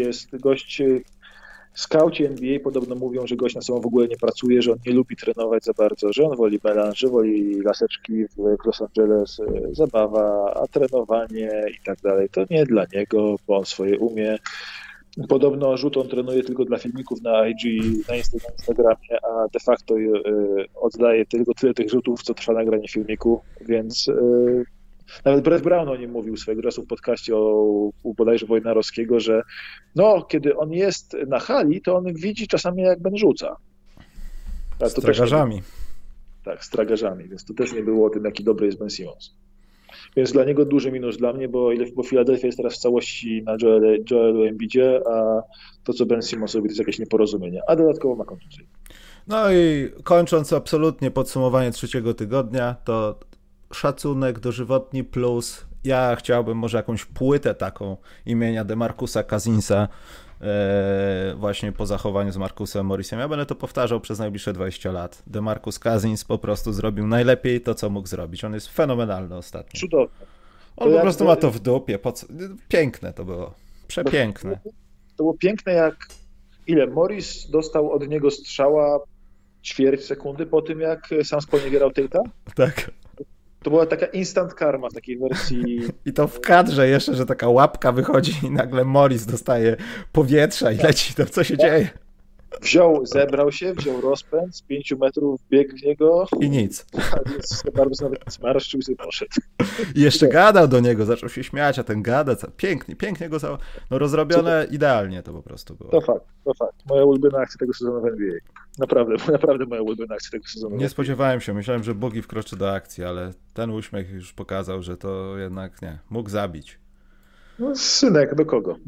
Skauci NBA podobno mówią, że gość na sobą w ogóle nie pracuje, że on nie lubi trenować za bardzo, że on woli melanż, że woli laseczki w Los Angeles, zabawa, a trenowanie i tak dalej. To nie dla niego, bo on swoje umie. Podobno rzut on trenuje tylko dla filmików na IG, na Instagramie, a de facto oddaje tylko tyle tych rzutów, co trwa nagranie filmiku, więc nawet Brett Brown o nim mówił swego czasu w podcaście u bodajże Wojnarowskiego, że kiedy on jest na hali, to on widzi czasami jak Ben rzuca. Z tragarzami. Tak, z tragarzami, więc to też nie było o tym, jaki dobry jest Ben Simmons. Więc dla niego duży minus dla mnie, bo Philadelphia jest teraz w całości na Joelu Embiidzie, a to, co Ben Simmons robi, to jest jakieś nieporozumienie, a dodatkowo ma kontuzję. No i kończąc absolutnie podsumowanie 3. tygodnia, to szacunek, dożywotni plus. Ja chciałbym może jakąś płytę taką imienia DeMarcusa Cousinsa właśnie po zachowaniu z Marcusem Morrisem. Ja będę to powtarzał przez najbliższe 20 lat. DeMarcus Cousins po prostu zrobił najlepiej to, co mógł zrobić. On jest fenomenalny ostatnio. Cudowny. On po prostu ma to w dupie. Piękne to było. Przepiękne. To było piękne jak Morris dostał od niego strzała ćwierć sekundy po tym, jak sam sponiewierał Tate'a? Tak. To była taka instant karma w takiej wersji. I to w kadrze jeszcze, że taka łapka wychodzi i nagle Morris dostaje powietrza i leci. To co się dzieje? Zebrał się, wziął rozpęd, z 5 metrów biegł w niego. I nic. Bardzo nawet zmarszczył i poszedł. I jeszcze gadał do niego, zaczął się śmiać, a ten gada, pięknie go no rozrobione idealnie to po prostu było. To fakt. Moja ulubiona akcja tego sezonu w NBA. Naprawdę moja ulubiona akcja tego sezonu. Nie spodziewałem się, myślałem, że Bogi wkroczy do akcji, ale ten uśmiech już pokazał, że to jednak nie, mógł zabić. No synek, do kogo?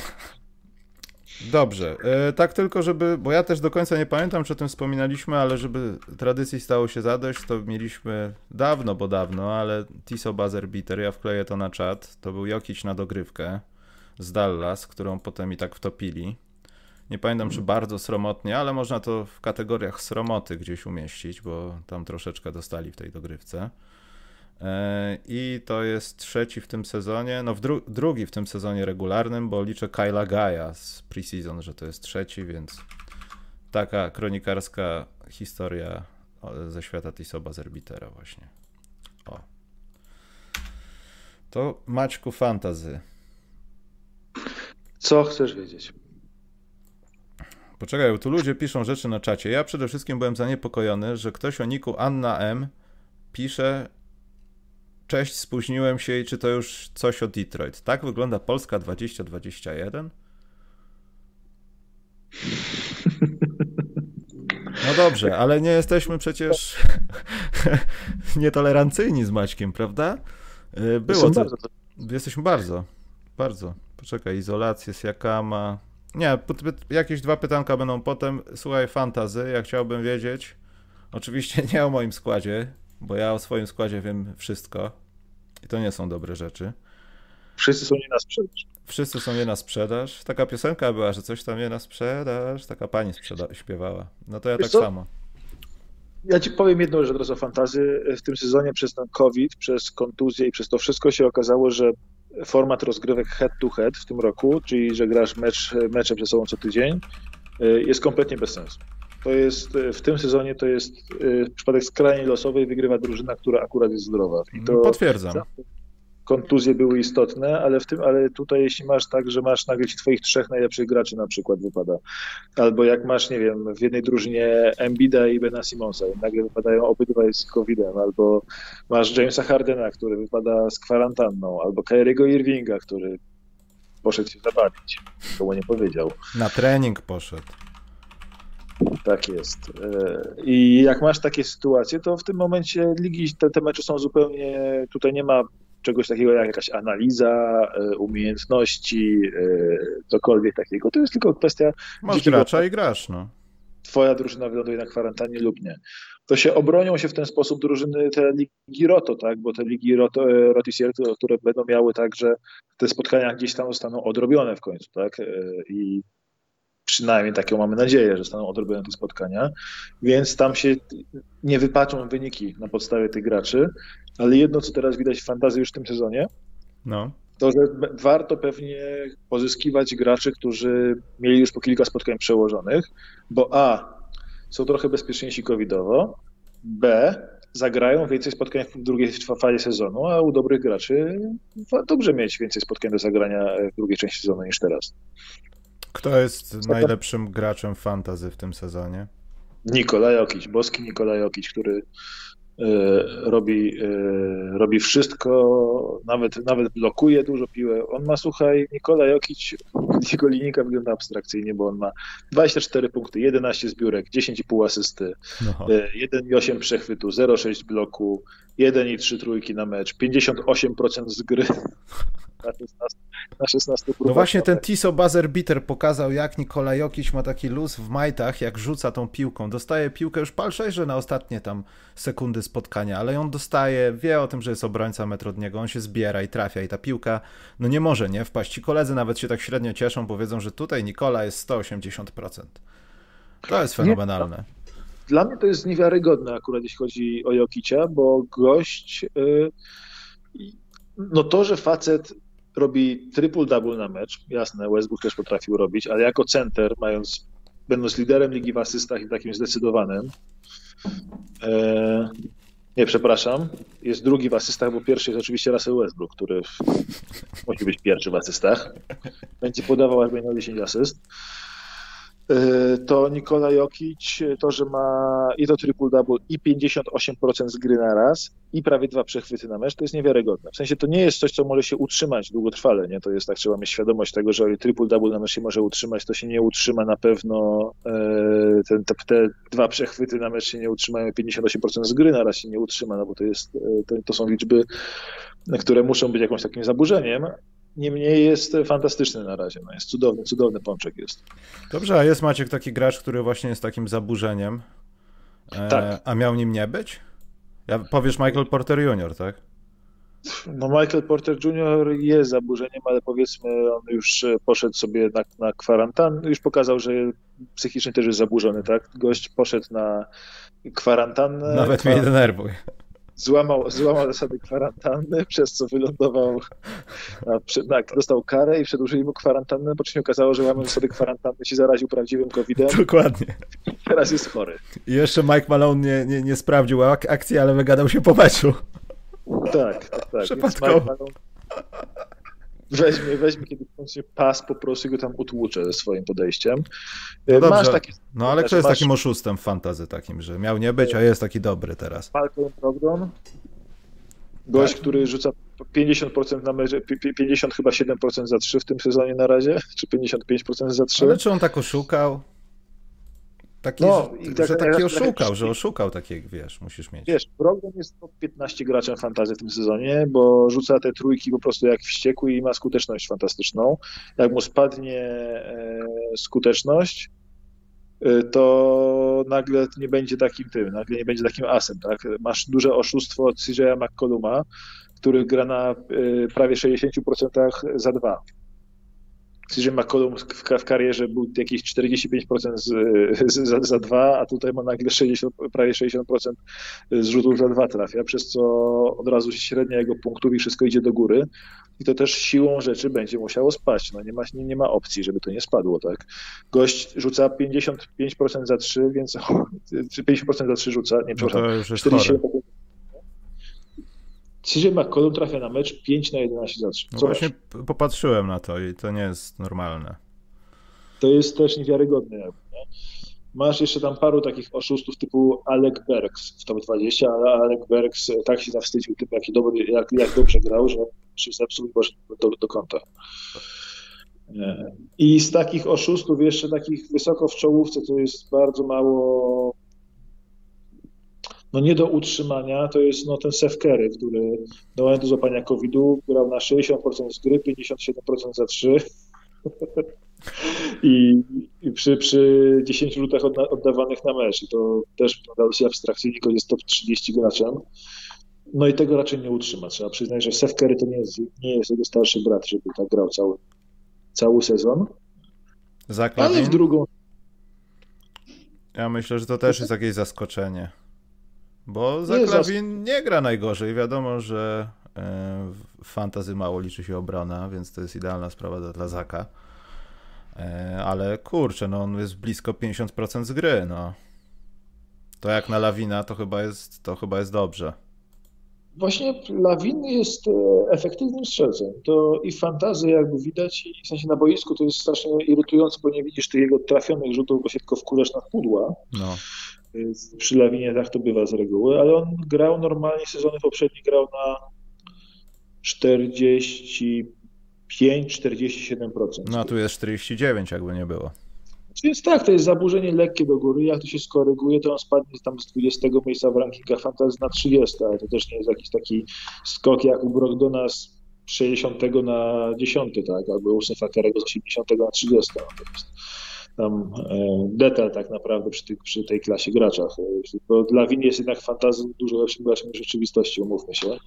Dobrze, tak tylko bo ja też do końca nie pamiętam, czy o tym wspominaliśmy, ale żeby tradycji stało się zadość, to mieliśmy dawno, ale Tiso Buzzer Beater, ja wkleję to na czat, to był Jokic na dogrywkę z Dallas, którą potem i tak wtopili. Nie pamiętam, czy bardzo sromotnie, ale można to w kategoriach sromoty gdzieś umieścić, bo tam troszeczkę dostali w tej dogrywce. I to jest trzeci w tym sezonie, no drugi w tym sezonie regularnym, bo liczę Kyla Guy'a z preseason, że to jest trzeci, więc taka kronikarska historia ze świata Tiso Buzzer Beatera właśnie. O. To Maćku fantasy. Co chcesz wiedzieć? Poczekaj, tu ludzie piszą rzeczy na czacie. Ja przede wszystkim byłem zaniepokojony, że ktoś o niku Anna M pisze: cześć, spóźniłem się i czy to już coś o Detroit? Tak wygląda Polska 2021? No dobrze, ale nie jesteśmy przecież nietolerancyjni z Maćkiem, prawda? Było to. Jesteśmy bardzo. Poczekaj, izolację z Jakama. Nie, jakieś 2 pytanka będą potem. Słuchaj, fantasy, ja chciałbym wiedzieć, oczywiście nie o moim składzie, bo ja o swoim składzie wiem wszystko i to nie są dobre rzeczy. Wszyscy są nie na sprzedaż. Wszyscy są nie na sprzedaż. Taka piosenka była, że coś tam nie na sprzedaż. Taka pani śpiewała. No to ja tak samo. Ja ci powiem jedną rzecz teraz o fantasy. W tym sezonie przez ten COVID, przez kontuzję i przez to wszystko się okazało, że format rozgrywek head to head w tym roku, czyli że grasz mecze ze sobą co tydzień, jest kompletnie bez sensu. To jest, w tym sezonie to jest przypadek skrajnie losowy i wygrywa drużyna, która akurat jest zdrowa. I to potwierdzam. Kontuzje były istotne, ale tutaj jeśli masz tak, że masz nagle ci twoich 3 najlepszych graczy na przykład wypada, albo jak masz, nie wiem, w jednej drużynie Embida i Bena Simonsa i nagle wypadają obydwaj z COVID-em, albo masz Jamesa Hardena, który wypada z kwarantanną, albo Kyriego Irvinga, który poszedł się zabawić, komu nie powiedział. Na trening poszedł. Tak jest. I jak masz takie sytuacje, to w tym momencie ligi, te mecze są zupełnie, tutaj nie ma czegoś takiego jak jakaś analiza, umiejętności, cokolwiek takiego. To jest tylko kwestia... Masz gracza i grasz, no. Twoja drużyna wyląduje na kwarantannie lub nie. To się obronią się w ten sposób drużyny, te ligi Roto, tak? Bo te ligi Rotisier, które będą miały tak, że te spotkania gdzieś tam zostaną odrobione w końcu, tak? I przynajmniej taką mamy nadzieję, że zostaną odrobione te spotkania, więc tam się nie wypaczą wyniki na podstawie tych graczy, ale jedno, co teraz widać w fantazji już w tym sezonie, to, że warto pewnie pozyskiwać graczy, którzy mieli już po kilka spotkań przełożonych, bo A, są trochę bezpieczniejsi covidowo, B, zagrają więcej spotkań w drugiej fazie sezonu, a u dobrych graczy dobrze mieć więcej spotkań do zagrania w drugiej części sezonu niż teraz. Kto jest najlepszym graczem fantasy w tym sezonie? Nikola Jokic, boski Nikola Jokic, który robi wszystko, nawet blokuje dużo piłę. On ma, słuchaj, Nikola Jokic, jego linijka wygląda abstrakcyjnie, bo on ma 24 punkty, 11 zbiórek, 10,5 asysty, 1,8 przechwytu, 0,6 bloku, 1,3 trójki na mecz, 58% z gry na 16 próbach. No właśnie ten Tiso Buzzer Beater pokazał, jak Nikola Jokic ma taki luz w majtach, jak rzuca tą piłką. Dostaje piłkę już pal 6, że na ostatnie tam sekundy spotkania, ale on dostaje, wie o tym, że jest obrońca metr od niego, on się zbiera i trafia i ta piłka, no nie może nie wpaść. Ci koledzy nawet się tak średnio cieszą, bo wiedzą, że tutaj Nikola jest 180%. To jest fenomenalne. Dla mnie to jest niewiarygodne akurat, jeśli chodzi o Jokicia, bo gość, no to, że facet robi triple-double na mecz, jasne, Westbrook też potrafił robić, ale jako center, będąc liderem ligi w asystach i takim zdecydowanym, jest drugi w asystach, bo pierwszy jest oczywiście Russell Westbrook, który musi być pierwszy w asystach. Będzie podawał, aż będzie miał 10 asyst. To Nikola Jokic, to, że ma i to triple-double, i 58% z gry na raz, i prawie 2 przechwyty na mecz, to jest niewiarygodne. W sensie to nie jest coś, co może się utrzymać długotrwale, nie? To jest tak, trzeba mieć świadomość tego, że triple-double na mecz się może utrzymać, to się nie utrzyma na pewno, te 2 przechwyty na mecz się nie utrzymają, 58% z gry na raz się nie utrzyma, no bo to są liczby, które muszą być jakimś takim zaburzeniem. Niemniej jest fantastyczny na razie. No jest cudowny pączek jest. Dobrze, a jest Maciek taki gracz, który właśnie jest takim zaburzeniem, Tak. A miał nim nie być? Powiesz Michael Porter Jr., tak? No Michael Porter Jr. jest zaburzeniem, ale powiedzmy on już poszedł sobie na kwarantannę, już pokazał, że psychicznie też jest zaburzony, tak? Gość poszedł na kwarantannę. Nawet mnie nie denerwuj. Złamał zasady kwarantanny, przez co wylądował, dostał karę i przedłużyli mu kwarantannę, po czym się okazało, że łamiąc zasady kwarantanny się zaraził prawdziwym COVID-em. Dokładnie. Teraz jest chory. I jeszcze Mike Malone nie sprawdził akcji, ale wygadał się po meczu. Tak. Przypadkowo. Weźmie kiedy kończy pas, po prostu go tam utłucze ze swoim podejściem. No dobrze, masz takie, no ale kto jest takim oszustem w fantasy takim, że miał nie być, a jest taki dobry teraz? Malcolm Brogdon, gość, tak, który rzuca 50% na mecz, 50 chyba 7% za 3 w tym sezonie na razie, czy 55% za 3. Ale czy on tak oszukał? Że oszukał, takie, wiesz, musisz mieć. Wiesz, Brogdon jest top 15 graczem fantasy w tym sezonie, bo rzuca te trójki po prostu jak wściekły i ma skuteczność fantastyczną. Jak mu spadnie skuteczność, to nagle nie będzie takim asem, tak? Masz duże oszustwo od CJ'a McColluma, który gra na prawie 60% za 2. CJ McCollum w karierze był jakieś 45% za 2, a tutaj ma nagle prawie 60% zrzutów za 2 trafia, przez co od razu średnia jego punktów i wszystko idzie do góry. I to też siłą rzeczy będzie musiało spaść. No nie ma opcji, żeby to nie spadło, tak? Gość rzuca 55% za 3, więc 50% za 3 rzuca, nie, przepraszam, no to już jest 47%. CJ McCollum trafia na mecz 5 na 11 za 3. No właśnie popatrzyłem na to i to nie jest normalne. To jest też niewiarygodne. Nie? Masz jeszcze tam paru takich oszustów typu Alec Burks w top 20, ale Alec Burks tak się zawstydził tym, jak dobrze grał, że się zepsuł i poszedł do kąta. I z takich oszustów jeszcze takich wysoko w czołówce to jest bardzo mało, no nie do utrzymania, to jest ten Seth Curry, który do momentu złapania COVID-u grał na 60% z gry, 57% za 3 i przy 10 rzutach oddawanych na mecz. I to też wyglądało się abstrakcyjnie, jest top 30 graczem. No i tego raczej nie utrzyma. Trzeba przyznać, że Seth Curry to nie jest jego starszy brat, żeby tak grał cały sezon. Ale w drugą... Ja myślę, że to też jest jakieś zaskoczenie. Bo Zach LaVine nie gra najgorzej. Wiadomo, że w fantasy mało liczy się obrona, więc to jest idealna sprawa dla Zaka. Ale kurczę, on jest blisko 50% z gry. No. To jak na LaVina to chyba jest dobrze. Właśnie LaVine jest efektywnym strzelcem. To i w fantasy jakby widać, i w sensie na boisku to jest strasznie irytujące, bo nie widzisz tych jego trafionych rzutów, bo się tylko wkurzasz na pudła. No. Przy LaVinie tak to bywa z reguły, ale on grał normalnie, sezony poprzednie grał na 45-47%. No a tu jest 49, jakby nie było. Więc tak, to jest zaburzenie lekkie do góry. Jak to się skoryguje, to on spadnie tam z 20 miejsca w rankingach fantasy na 30, ale to też nie jest jakiś taki skok jak u Brogdona z 60 na 10, tak, albo u Stefa Curry'ego z 80 na 30. No, to jest tam detal tak naprawdę przy tej klasie graczach. Bo dla Win jest jednak fantasy dużo lepszym graczem niż rzeczywistości, umówmy się.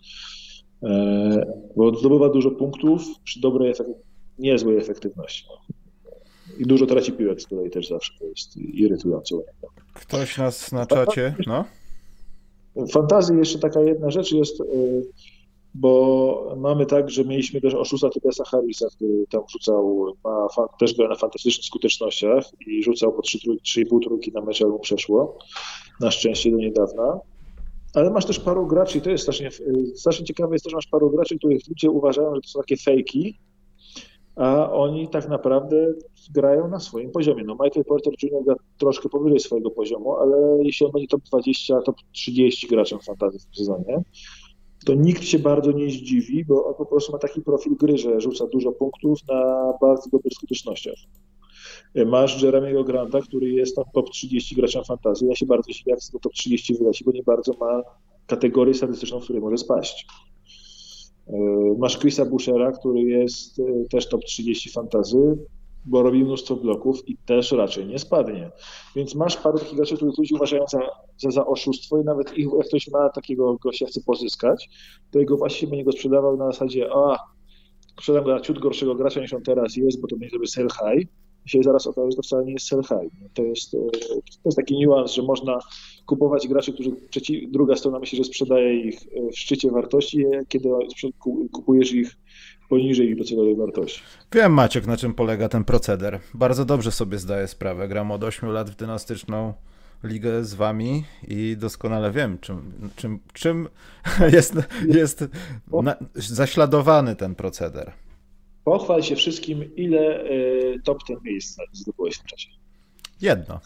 Bo zdobywa dużo punktów przy niezłej efektywności. I dużo traci piłek, z której też zawsze to jest irytujące. Ktoś nas na czacie, no? W fantazji jeszcze taka jedna rzecz jest, bo mamy tak, że mieliśmy też oszusta Tobiasa Harrisa, który tam rzucał, też gra na fantastycznych skutecznościach i rzucał po 3,5 trójki na mecz, albo przeszło. Na szczęście do niedawna. Ale masz też paru graczy, i to jest strasznie ciekawe jest też, masz paru graczy, których ludzie uważają, że to są takie fejki, a oni tak naprawdę grają na swoim poziomie. No Michael Porter Jr. gra troszkę powyżej swojego poziomu, ale jeśli on będzie top 20, top 30 graczem fantasy w tym sezonie, to nikt się bardzo nie zdziwi, bo on po prostu ma taki profil gry, że rzuca dużo punktów na bardzo dobrych skutecznościach. Masz Jeremiego Granta, który jest tam top 30 graczem fantasy. Ja się bardzo dziwię, jak z tego top 30 wyleci, bo nie bardzo ma kategorię statystyczną, w której może spaść. Masz Chrisa Bouchera, który jest też top 30 fantasy, bo robi mnóstwo bloków i też raczej nie spadnie. Więc masz paru takich graczy, których ludzie uważają za oszustwo i nawet ich, jak ktoś ma takiego gościa, chce pozyskać, to jego właśnie będzie go sprzedawał na zasadzie sprzedam go na ciut gorszego gracza niż on teraz jest, bo to będzie sobie sell high. I się zaraz okaże, że to wcale nie jest sell high. To jest taki niuans, że można kupować graczy, którzy druga strona myśli, że sprzedaje ich w szczycie wartości, kiedy kupujesz ich poniżej ich docelowej wartości. Wiem, Maciek, na czym polega ten proceder. Bardzo dobrze sobie zdaję sprawę. Gram od 8 lat w dynastyczną ligę z wami i doskonale wiem, czym jest zaśladowany ten proceder. Pochwal się wszystkim, ile top 10 miejsc zdobyłeś w tym czasie. Jedno.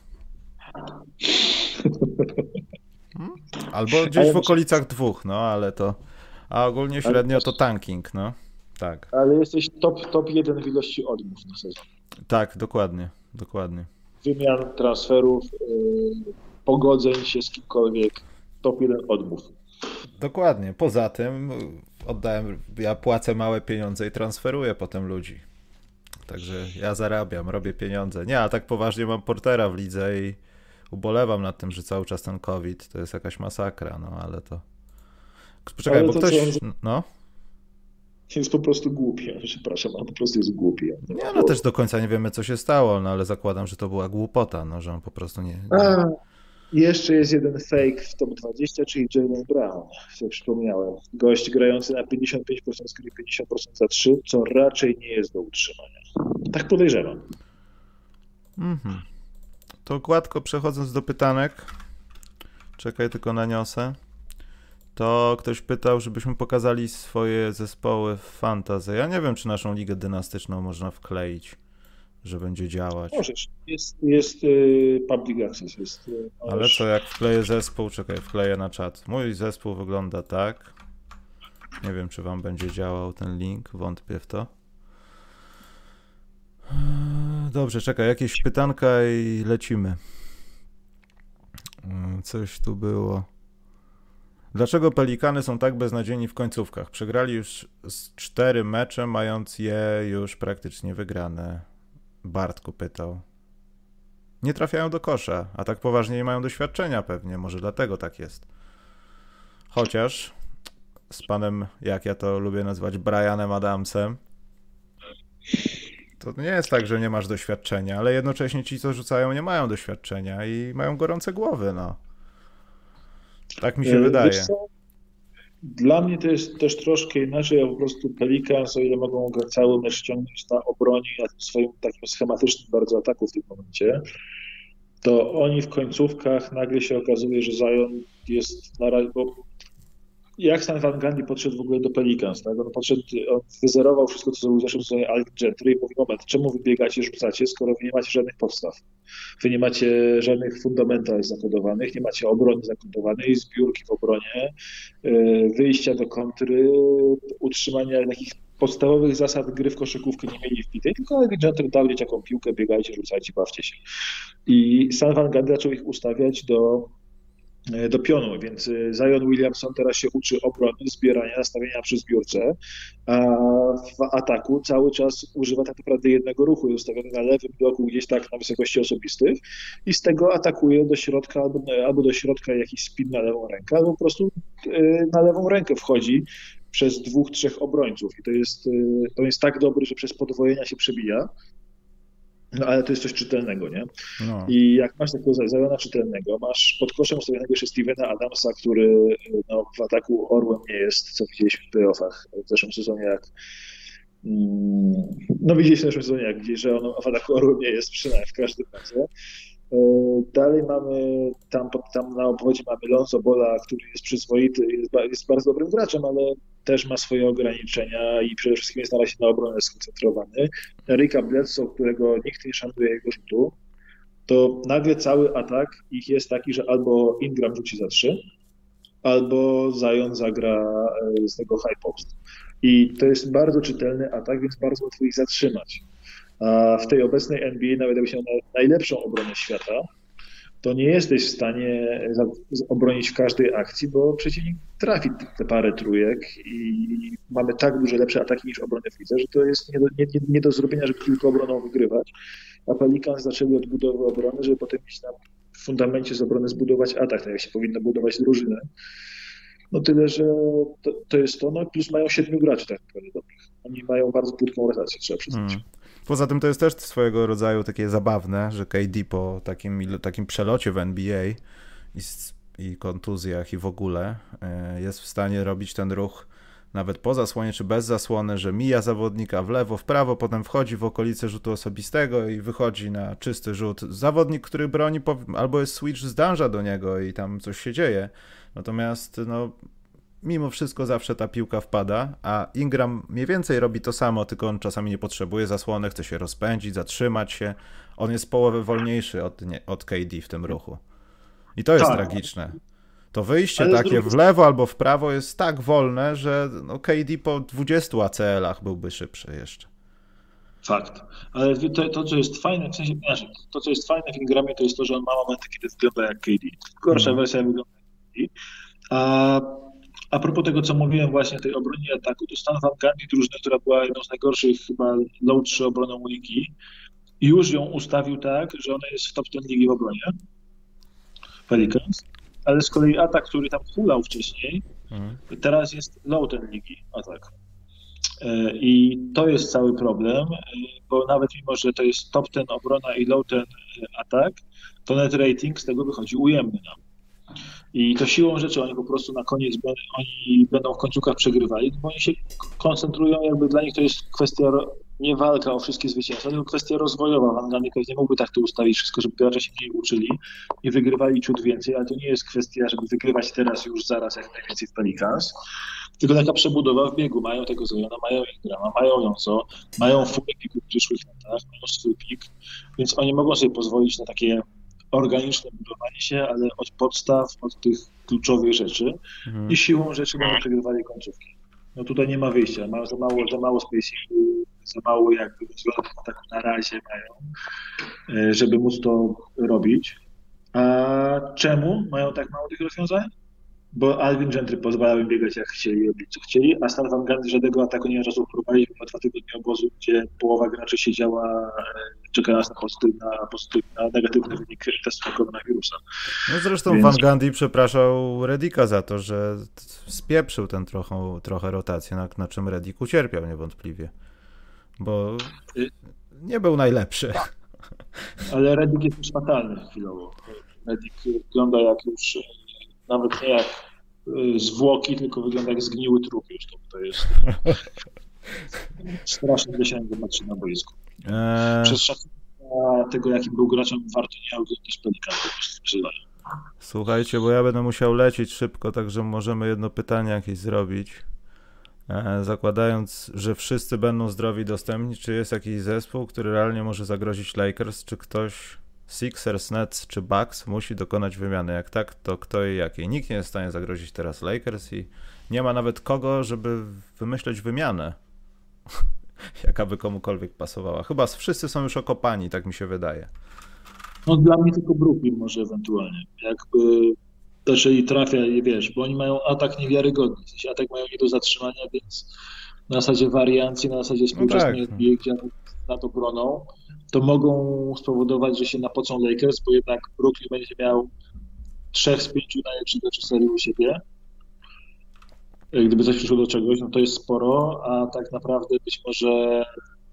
Albo gdzieś w okolicach 2, no ale to... A ogólnie średnio to tanking, no. Tak. Ale jesteś top 1 w ilości odmów na sezon. Tak, dokładnie. Wymian, transferów, pogodzeń się z kimkolwiek, top 1 odmów. Dokładnie. Poza tym ja płacę małe pieniądze i transferuję potem ludzi. Także ja zarabiam, robię pieniądze. Nie, a tak poważnie mam Portera w lidze i ubolewam nad tym, że cały czas ten COVID to jest jakaś masakra, no ale to... Poczekaj, ale bo to ktoś... No? Jest po prostu głupi, przepraszam, on po prostu jest głupi. Nie, no też do końca nie wiemy, co się stało, no ale zakładam, że to była głupota, no że on po prostu nie... Jeszcze jest jeden fake w top 20, czyli Jaylen Brown, sobie przypomniałem. Gość grający na 55% z gry, 50% za 3, co raczej nie jest do utrzymania. Tak podejrzewam. To gładko przechodząc do pytanek, czekaj, tylko naniosę. To ktoś pytał, żebyśmy pokazali swoje zespoły w fantasy. Ja nie wiem, czy naszą ligę dynastyczną można wkleić, że będzie działać. Możesz. Jest public access. Ale co, jak wkleję zespół, czekaj, wkleję na czat. Mój zespół wygląda tak. Nie wiem, czy wam będzie działał ten link, wątpię w to. Dobrze, czekaj, jakieś pytanka i lecimy. Coś tu było. Dlaczego Pelikany są tak beznadziejni w końcówkach? Przegrali już 4 mecze, mając je już praktycznie wygrane. Bartku pytał. Nie trafiają do kosza, a tak poważnie nie mają doświadczenia pewnie, może dlatego tak jest. Chociaż z panem, jak ja to lubię nazwać, Brianem Adamsem, to nie jest tak, że nie masz doświadczenia, ale jednocześnie ci, co rzucają, nie mają doświadczenia i mają gorące głowy, no. Tak mi się wydaje. Dla mnie to jest też troszkę inaczej, ja po prostu Pelicans, o ile mogą cały mecz ściągnąć na obronie, na tym swoim takim schematycznym bardzo ataku w tym momencie, to oni w końcówkach nagle się okazuje, że Zion jest na razie, bo jak Stan Van Gundy podszedł w ogóle do Pelicans, tak? On wyzerował wszystko, co zrobił w zeszłym sezonie Alvin Gentry i mówi, moment, czemu wy biegacie, rzucacie, skoro wy nie macie żadnych podstaw. Wy nie macie żadnych fundamentów zakodowanych, nie macie obrony zakodowanej, zbiórki w obronie, wyjścia do kontry, utrzymania takich podstawowych zasad gry w koszykówkę nie mieli wbitej, tylko Alvin Gentry dał dzieciakom piłkę, biegajcie, rzucajcie, bawcie się. I Stan Van Gundy zaczął ich ustawiać do pionu, więc Zion Williamson teraz się uczy obrony, zbierania, nastawienia przy zbiórce, a w ataku cały czas używa tak naprawdę jednego ruchu, jest ustawiony na lewym bloku gdzieś tak na wysokości osobistych i z tego atakuje do środka albo do środka jakiś spin na lewą rękę, albo po prostu na lewą rękę wchodzi przez 2-3 obrońców i to jest tak dobry, że przez podwojenia się przebija. No ale to jest coś czytelnego, nie? No. I jak masz takiego Ziona czytelnego, masz pod koszem ustawionego jeszcze Stevena Adamsa, który w ataku orłem nie jest, co widzieliśmy w playoffach w zeszłym sezonie, widzieliśmy w zeszłym sezonie, że on w ataku orłem nie jest, przynajmniej w każdym razie. Dalej mamy, tam na obwodzie mamy Lonzo Balla, który jest przyzwoity, jest bardzo dobrym graczem, ale też ma swoje ograniczenia i przede wszystkim jest na razie na obronę skoncentrowany. Erika Bledsoe, którego nikt nie szanuje jego rzutu, to nagle cały atak ich jest taki, że albo Ingram rzuci za 3, albo Zion zagra z tego high post. I to jest bardzo czytelny atak, więc bardzo łatwo ich zatrzymać. A w tej obecnej NBA, nawet jakbyś miał najlepszą obronę świata, to nie jesteś w stanie obronić w każdej akcji, bo przeciwnik trafi te parę trójek i mamy tak duże lepsze ataki niż obrony w lidze, że to jest nie do zrobienia, żeby tylko obroną wygrywać. A Pelicans zaczęli od budowy obrony, żeby potem mieć na fundamencie z obrony zbudować atak, tak jak się powinno budować drużynę. No tyle, że to jest to, no plus mają 7 graczy tak naprawdę dobrych. Oni mają bardzo płytką rotację, trzeba przyznać. Poza tym to jest też swojego rodzaju takie zabawne, że KD po takim przelocie w NBA i kontuzjach i w ogóle jest w stanie robić ten ruch nawet po zasłonie czy bez zasłony, że mija zawodnika w lewo, w prawo, potem wchodzi w okolice rzutu osobistego i wychodzi na czysty rzut. Zawodnik, który broni, albo jest switch, zdąża do niego i tam coś się dzieje. Natomiast mimo wszystko zawsze ta piłka wpada, a Ingram mniej więcej robi to samo, tylko on czasami nie potrzebuje zasłony, chce się rozpędzić, zatrzymać się. On jest połowę wolniejszy od KD w tym ruchu. I to jest tragiczne. To wyjście takie w lewo albo w prawo jest tak wolne, że KD po 20 ACL-ach byłby szybszy jeszcze. Fakt. Ale to, co jest fajne, w sensie, to, co jest fajne w Ingramie, to jest to, że on ma momenty, kiedy wygląda jak KD. Gorsza wersja wygląda jak KD. A propos tego, co mówiłem właśnie o tej obronie i ataku, to Stan Van Gundy, drużyna, która była jedną z najgorszych chyba low 3 obroną ligi, już ją ustawił tak, że ona jest w top 10 ligi w obronie. Pelicans. Ale z kolei atak, który tam hulał wcześniej, teraz jest low 10 ligi atak. I to jest cały problem, bo nawet mimo, że to jest top 10 obrona i low 10 atak, to net rating z tego wychodzi ujemny nam. I to siłą rzeczy oni po prostu na koniec oni będą w końcówkach przegrywali, bo oni się koncentrują, jakby dla nich to jest kwestia nie walka o wszystkie zwycięstwa, tylko kwestia rozwojowa. Van Gundy nie mógłby tak to ustawić wszystko, żeby gracze się mniej uczyli i wygrywali ciut więcej, ale to nie jest kwestia, żeby wygrywać teraz już zaraz jak najwięcej w Pelicans, tylko taka przebudowa w biegu. Mają tego Ziona, mają Ingrama, mają Lonzo, mają furę pików w przyszłych latach, mają swój pik, więc oni mogą sobie pozwolić na takie organiczne budowanie się, ale od podstaw, od tych kluczowych rzeczy i siłą rzeczy będą przegrywali końcówki. No tutaj nie ma wyjścia, mają za mało spacingu, za mało jakby względu tak na razie mają, żeby móc to robić. A czemu mają tak mało tych rozwiązań? Bo Alvin Gentry pozwalał im biegać jak chcieli, robić co chcieli, a Stan Van Gundy żadnego ataku nie ma czasu wprowadzić, bo 2 tygodnie obozu, gdzie połowa graczy siedziała czekając na negatywny wynik testu na koronawirusa. No zresztą Van Gundy przepraszał Redicka za to, że spieprzył ten trochę rotację, na czym Redick ucierpiał niewątpliwie, bo nie był najlepszy. Ale Redick jest już fatalny chwilowo. Redick wygląda jak już nawet nie jak zwłoki, tylko wygląda jak zgniły trup już. To jest strasznie dosięgło patrzy na boisku. Przez szacunek tego, jakim był graczem, warto nie oglądać Pelicans, po prostu przydaje. Słuchajcie, bo ja będę musiał lecieć szybko, także możemy jedno pytanie jakieś zrobić. Zakładając, że wszyscy będą zdrowi i dostępni, czy jest jakiś zespół, który realnie może zagrozić Lakers, czy ktoś Sixers, Nets czy Bucks musi dokonać wymiany? Jak tak, to kto i jakiej? Nikt nie jest w stanie zagrozić teraz Lakers i nie ma nawet kogo, żeby wymyśleć wymianę, jaka by komukolwiek pasowała. Chyba wszyscy są już okopani, tak mi się wydaje. No dla mnie tylko Brooklyn może ewentualnie. Jakby zaczęli trafia, wiesz, bo oni mają atak niewiarygodny. W sensie atak mają nie do zatrzymania, więc na zasadzie wariancji, na zasadzie współczesnej NBA, gdzie nad obroną, to mogą spowodować, że się napocą Lakers, bo jednak Brooklyn będzie miał 3 z 5 najlepszych graczy serii u siebie. Gdyby coś przyszło do czegoś, no to jest sporo, a tak naprawdę być może,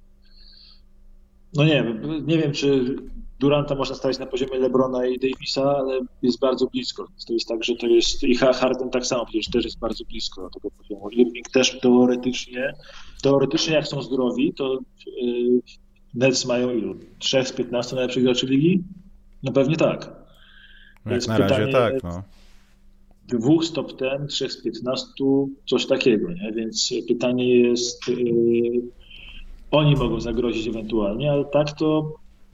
no nie wiem, czy Duranta można stawiać na poziomie LeBrona i Davisa, ale jest bardzo blisko. To jest tak, że to jest i Harden tak samo, przecież też jest bardzo blisko tego poziomu. Irving też teoretycznie jak są zdrowi, to Nets mają ilu? 3 z 15 najlepszych graczy ligi? No pewnie tak. Jak Więc na razie pytanie tak, jest no. dwóch z top 10, trzech z 15, coś takiego, nie? Więc pytanie jest, oni mogą zagrozić ewentualnie, ale tak to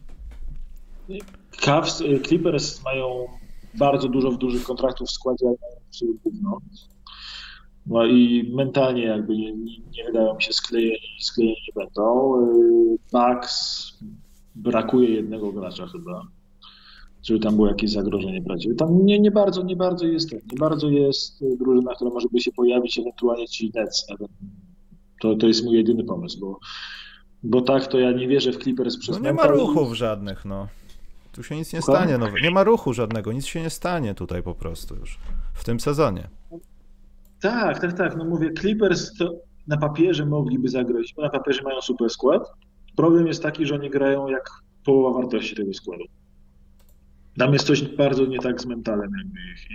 Cavs, Clippers mają bardzo dużo dużych kontraktów w składzie, ale mają absolutnie gówno. No i mentalnie jakby nie wydają mi się sklejeni nie będą. Bucks brakuje jednego gracza chyba, żeby tam było jakieś zagrożenie prawdziwe. Tam nie bardzo jest nie bardzo jest drużyna, która może by się pojawić, ewentualnie ci Nets. To jest mój jedyny pomysł, bo tak to ja nie wierzę w Clippers przez No nie ma mental. ruchów żadnych, no. Tu się nic nie Słucham? stanie, no. Nie ma ruchu żadnego, nic się nie stanie tutaj po prostu już w tym sezonie. Tak. No mówię, Clippers to na papierze mogliby zagrozić, bo na papierze mają super skład. Problem jest taki, że oni grają jak połowa wartości tego składu. Tam jest coś bardzo nie tak z mentalem jakby ich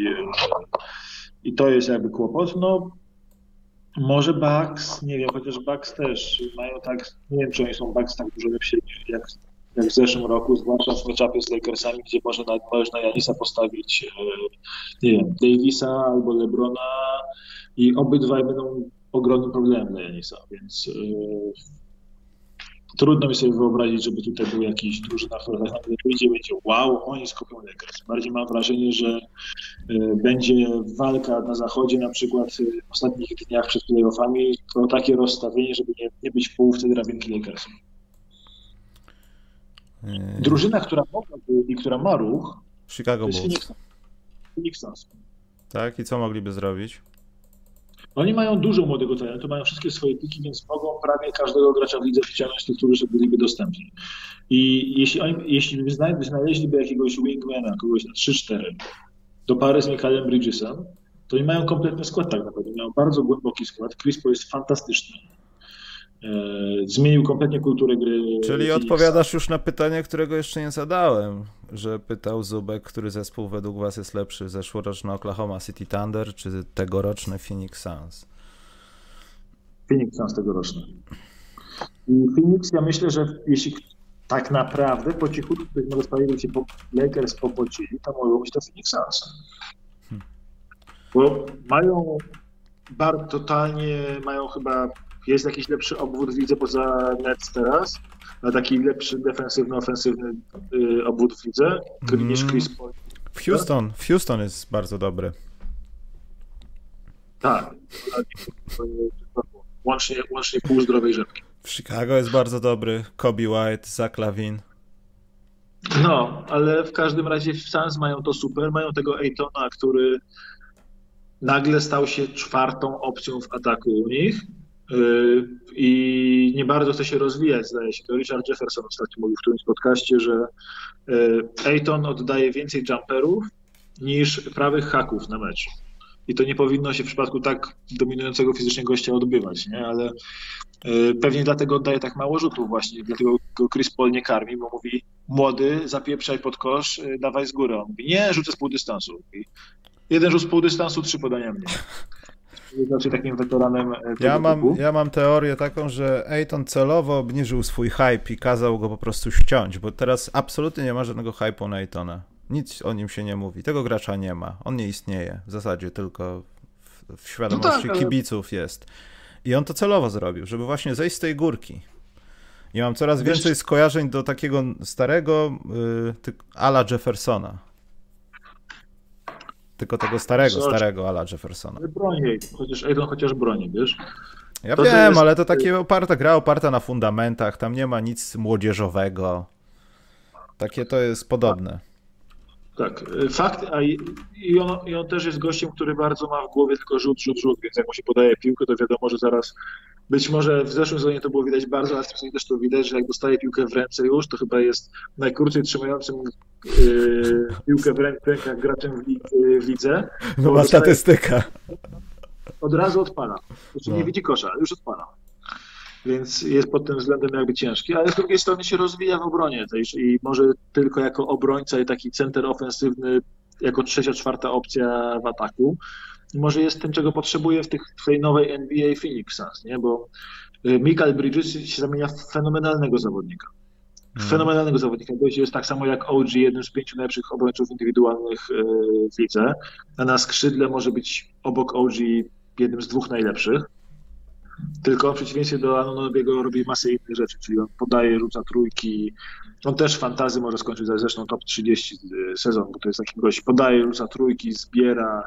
i to jest jakby kłopot. No może Bucks, nie wiem, chociaż Bucks też mają tak, nie wiem czy oni są Bucks tak dużo lepsi jak w zeszłym roku, zwłaszcza w meczapie z Lakersami, gdzie możesz na Janisa postawić, nie wiem, Davisa albo LeBrona i obydwaj będą ogromnym problemem dla Janisa, więc trudno mi sobie wyobrazić, żeby tutaj był jakiś drużyna, która tak naprawdę wyjdzie i będzie wow, oni skupią Lakers. Bardziej mam wrażenie, że będzie walka na zachodzie, na przykład w ostatnich dniach przed playoffami, to takie rozstawienie, żeby nie być w połówce drabinki Lakersów. Drużyna, która mogłaby i która ma ruch, Chicago to jest Bulls. Phoenix Suns. Tak? I co mogliby zrobić? Oni mają dużo młodego talentu, mają wszystkie swoje piki, więc mogą prawie każdego gracza w lidze wciągnąć tych, którzy byliby dostępni. I jeśli znaleźliby jakiegoś wingmana, kogoś na 3-4 do pary z Michaelem Bridgesem, to oni mają kompletny skład tak naprawdę. Mają bardzo głęboki skład. Chris Paul jest fantastyczny. Zmienił kompletnie kulturę gry. Czyli odpowiadasz już na pytanie, którego jeszcze nie zadałem, że pytał Zubek, który zespół według was jest lepszy, zeszłoroczny Oklahoma City Thunder czy tegoroczny Phoenix Suns? Phoenix Suns tegoroczny. I Phoenix, ja myślę, że jeśli tak naprawdę po cichutku ktoś może sprawić się Lakers popocili, to mogą być to Phoenix Suns. Bo mają mają chyba, jest jakiś lepszy obwód w lidze poza Nets teraz, a taki lepszy defensywny, ofensywny obwód w lidze niż Chris Paul. W Houston jest bardzo dobry. Tak. Łącznie pół zdrowej rzepki. W Chicago jest bardzo dobry. Kobe White, Zach LaVine. No, ale w każdym razie w Suns mają to super. Mają tego Aytona, który nagle stał się czwartą opcją w ataku u nich i nie bardzo chce się rozwijać, zdaje się. To Richard Jefferson ostatnio mówił w którymś podcaście, że Ayton oddaje więcej jumperów niż prawych haków na mecz. I to nie powinno się w przypadku tak dominującego fizycznie gościa odbywać, nie? Ale pewnie dlatego oddaje tak mało rzutów właśnie, dlatego go Chris Paul nie karmi, bo mówi młody, zapieprzaj pod kosz, dawaj z góry. On mówi nie, rzucę z pół dystansu. I jeden rzut z pół dystansu, 3 podania mnie. Jest raczej takim weteranem Ja mam teorię taką, że Ayton celowo obniżył swój hype i kazał go po prostu ściąć, bo teraz absolutnie nie ma żadnego hype'u na Aytona. Nic o nim się nie mówi. Tego gracza nie ma. On nie istnieje. W zasadzie tylko w świadomości kibiców jest. I on to celowo zrobił, żeby właśnie zejść z tej górki. I mam coraz więcej skojarzeń do takiego starego ala Jeffersona. Tylko tego starego ala Jeffersona. Broni, chociaż broni, wiesz? Ja wiem, ale to takie gra oparta na fundamentach, tam nie ma nic młodzieżowego. Takie to jest podobne. Tak, fakt, i on też jest gościem, który bardzo ma w głowie tylko rzut, więc jak mu się podaje piłkę, to wiadomo, że zaraz, być może w zeszłym sezonie to było widać bardzo, ale w tym sezonie też to widać, że jak dostaje piłkę w ręce już, to chyba jest najkrócej trzymającym piłkę w rękach graczem w lidze. Nowa statystyka. Od razu odpala. Znaczy nie widzi kosza, ale już odpala. Więc jest pod tym względem jakby ciężki, ale z drugiej strony się rozwija w obronie też i może tylko jako obrońca i taki center ofensywny, jako trzecia, czwarta opcja w ataku. I może jest tym, czego potrzebuje w tej nowej NBA Phoenix Suns, nie? Bo Michael Bridges się zamienia w fenomenalnego zawodnika. Fenomenalnego zawodnika. Gość jest tak samo jak OG, jednym z 5 najlepszych obrońców indywidualnych w lidze. A na skrzydle może być obok OG jednym z 2 najlepszych. Tylko w przeciwieństwie do Anunobiego robi masę innych rzeczy, czyli on podaje, rzuca trójki. On też fantazy może skończyć zresztą top 30 sezon, bo to jest taki gość, podaje, rzuca trójki, zbiera.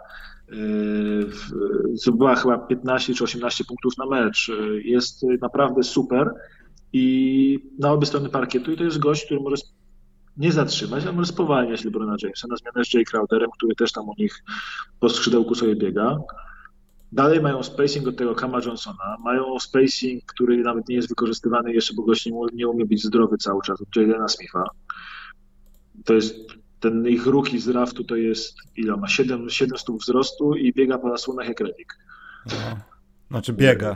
Zdobyła chyba 15 czy 18 punktów na mecz. Jest naprawdę super i na obie strony parkietu i to jest gość, który może nie zatrzymać, a może spowalniać LeBrona Jamesa na zmianę z Jay Crowderem, który też tam u nich po skrzydełku sobie biega. Dalej mają spacing od tego Cama Johnsona, mają spacing, który nawet nie jest wykorzystywany jeszcze, bo gość nie umie być zdrowy cały czas, od Jadena Smitha. To jest ten ich rookie z draftu, to jest ile ma? 7 stóp wzrostu i biega po zasłonach jak Redick. No. Znaczy biega.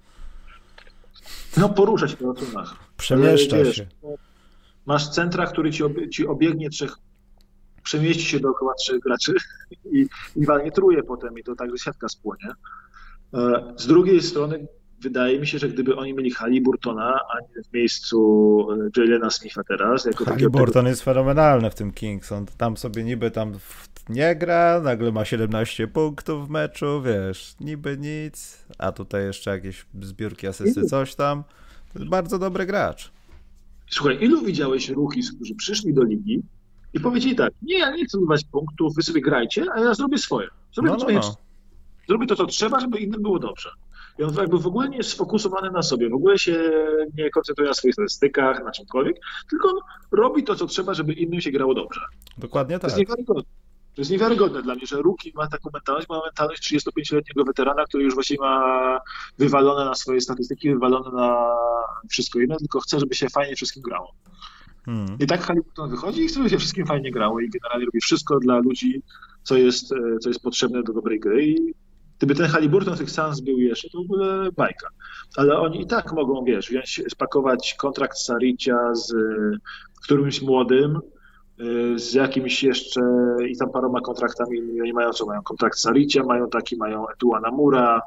No porusza się po zasłonach. Przemieszcza się. Masz centra, który ci obiegnie przemieści się dookoła 3 graczy i walnie truje potem i to tak, że siatka spłonie. Z drugiej strony wydaje mi się, że gdyby oni mieli Haliburtona, a nie w miejscu Jalena Smitha teraz. Haliburton jest fenomenalny w tym Kings. On tam sobie niby tam nie gra, nagle ma 17 punktów w meczu, wiesz, niby nic, a tutaj jeszcze jakieś zbiórki, asysty, coś tam. To jest bardzo dobry gracz. Słuchaj, ilu widziałeś rookies, którzy przyszli do ligi i powiedzieli tak, nie, ja nie chcę zdobywać punktów, wy sobie grajcie, a ja zrobię swoje. Zrobię to, co trzeba, żeby innym było dobrze. I on jakby w ogóle nie jest sfokusowany na sobie, w ogóle się nie koncentruje na swoich statystykach, na czymkolwiek, tylko on robi to, co trzeba, żeby innym się grało dobrze. Dokładnie tak. To jest niewiarygodne dla mnie, że rookie ma taką mentalność, ma mentalność 35-letniego weterana, który już właściwie ma wywalone na swoje statystyki, wywalone na wszystko inne, tylko chce, żeby się fajnie wszystkim grało. I tak Haliburton wychodzi i chce, żeby się wszystkim fajnie grało i generalnie robi wszystko dla ludzi, co jest potrzebne do dobrej gry. I gdyby ten Haliburton w tych Suns był jeszcze, to w ogóle bajka. Ale oni i tak mogą, wiesz, spakować kontrakt Saricia z którymś młodym, z jakimś jeszcze i tam paroma kontraktami innymi. Oni mają co? Mają kontrakt Saricia, mają Etuana Mura,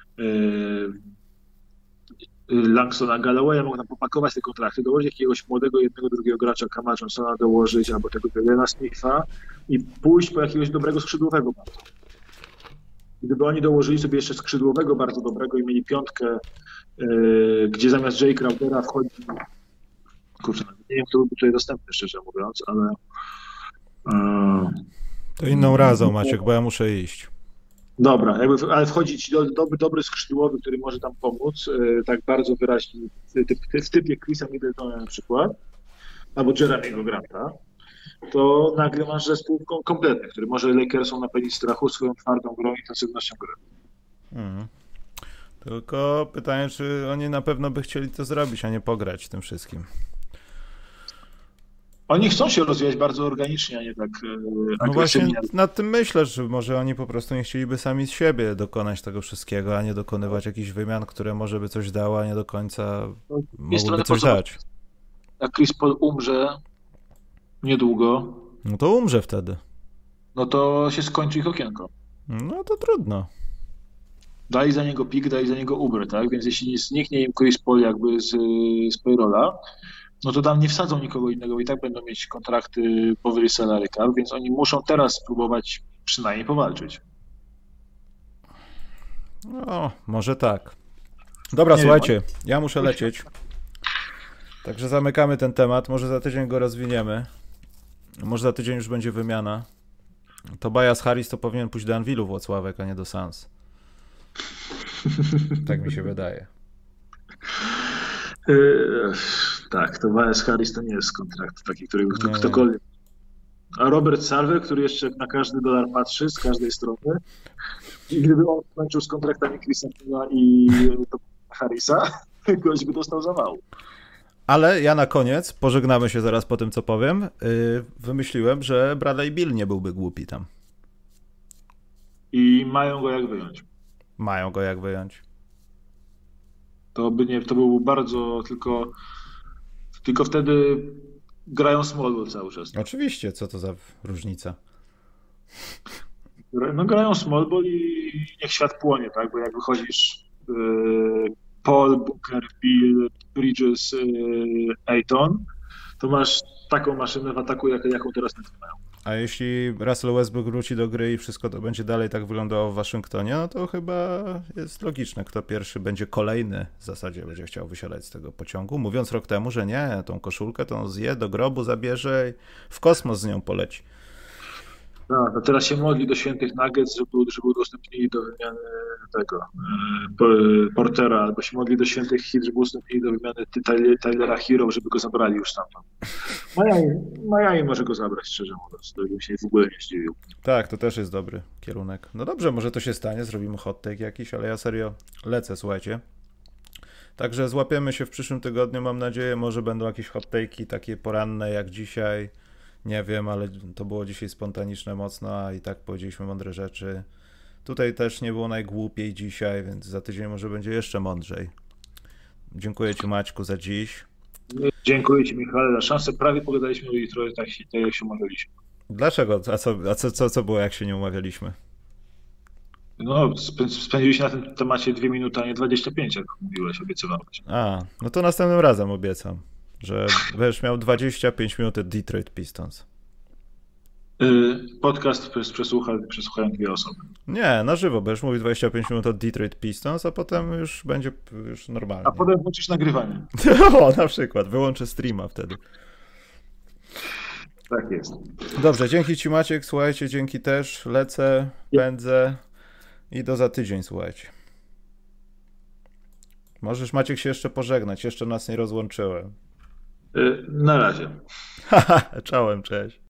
Langsona Gallowaya, mogą tam popakować te kontrakty, dołożyć jakiegoś młodego, jednego, drugiego gracza, Cama Johnsona dołożyć, albo tego Jalena Smitha i pójść po jakiegoś dobrego skrzydłowego bardzo. Gdyby oni dołożyli sobie jeszcze skrzydłowego bardzo dobrego i mieli piątkę, gdzie zamiast Jay Crowdera wchodzi, kurczę, nie wiem, kto byłby tutaj dostępny, szczerze mówiąc, ale... To inną razą, Maciek, bo ja muszę iść. Dobra, ale wchodzi ci dobry skrzydłowy, który może tam pomóc, tak bardzo wyraźnie w typie Chrisa Middletona na przykład, albo Jeremy'ego Granta, to nagle masz zespół kompletny, który może Lakersom napędzić strachu swoją twardą grą i intensywnością gry. Tylko pytanie, czy oni na pewno by chcieli to zrobić, a nie pograć w tym wszystkim. Oni chcą się rozwijać bardzo organicznie, a nie tak agresywnie. No właśnie nad tym myślę, że może oni po prostu nie chcieliby sami z siebie dokonać tego wszystkiego, a nie dokonywać jakichś wymian, które może by coś dało, a nie do końca mogłyby coś dać. Jak Chris Paul umrze niedługo, no to umrze wtedy. No to się skończy ich okienko. No to trudno. Dali za niego pik, dali za niego Uber, tak? Więc jeśli zniknie im Chris Paul jakby z payrolla, no to tam nie wsadzą nikogo innego i tak będą mieć kontrakty powyżej salary cap, więc oni muszą teraz spróbować przynajmniej powalczyć. No, może tak. Dobra, nie słuchajcie, wiem, ja muszę lecieć. Także zamykamy ten temat. Może za tydzień go rozwiniemy. Może za tydzień już będzie wymiana. Tobias Harris to powinien pójść do Anwilu Włocławek, a nie do Suns. Tak mi się wydaje. Tak, Tobias Harris to nie jest kontrakt taki, który ktokolwiek. A Robert Sarver, który jeszcze na każdy dolar patrzy z każdej strony. I gdyby on skończył z kontraktami Chrisa Paula i Harrisa, gość by dostał zawału. Ale ja na koniec, pożegnamy się zaraz po tym, co powiem, wymyśliłem, że Bradley Beal nie byłby głupi tam. I mają go jak wyjąć. Mają go jak wyjąć. To był bardzo, tylko wtedy grają small ball cały czas. Oczywiście, co to za różnica? No grają small ball i niech świat płonie, tak? Bo jak wychodzisz Paul, Booker, Bill, Bridges, Ayton, to masz taką maszynę w ataku, jaką teraz Nets mają. A jeśli Russell Westbrook wróci do gry i wszystko to będzie dalej tak wyglądało w Waszyngtonie, no to chyba jest logiczne, kto pierwszy będzie kolejny w zasadzie będzie chciał wysiadać z tego pociągu, mówiąc rok temu, że nie, tą koszulkę to on zje, do grobu zabierze i w kosmos z nią poleci. No, to teraz się modli do świętych Nuggets, żeby udostępnili do wymiany tego Portera, albo się modli do świętych Heat, żeby udostępnili do wymiany Tylera Hero, żeby go zabrali już stamtąd. Miami może go zabrać, szczerze mówiąc, to bym się w ogóle nie zdziwił. Tak, to też jest dobry kierunek. No dobrze, może to się stanie, zrobimy hot take jakiś, ale ja serio lecę, słuchajcie. Także złapiemy się w przyszłym tygodniu, mam nadzieję, może będą jakieś hot take'i takie poranne jak dzisiaj. Nie wiem, ale to było dzisiaj spontaniczne mocno, a i tak powiedzieliśmy mądre rzeczy. Tutaj też nie było najgłupiej dzisiaj, więc za tydzień może będzie jeszcze mądrzej. Dziękuję Ci, Maćku, za dziś. Dziękuję Ci, Michale, za szansę. Prawie pogadaliśmy o Detroit, tak jak się umawialiśmy. Dlaczego? Co było, jak się nie umawialiśmy? No, spędziliśmy na tym temacie 2 minuty, a nie 25, jak mówiłeś, obiecywałeś. A, no to następnym razem obiecam, że będziesz miał 25 minut Detroit Pistons. Podcast przesłuchają 2 osoby. Nie, na żywo, będziesz mówił 25 minut od Detroit Pistons, a potem już będzie już normalnie. A potem włączysz nagrywanie. O, na przykład, wyłączę streama wtedy. Tak jest. Dobrze, dzięki Ci, Maciek, słuchajcie, dzięki też, lecę, pędzę i do za tydzień, słuchajcie. Możesz, Maciek, się jeszcze pożegnać, jeszcze nas nie rozłączyłem. Na razie. Czołem, cześć.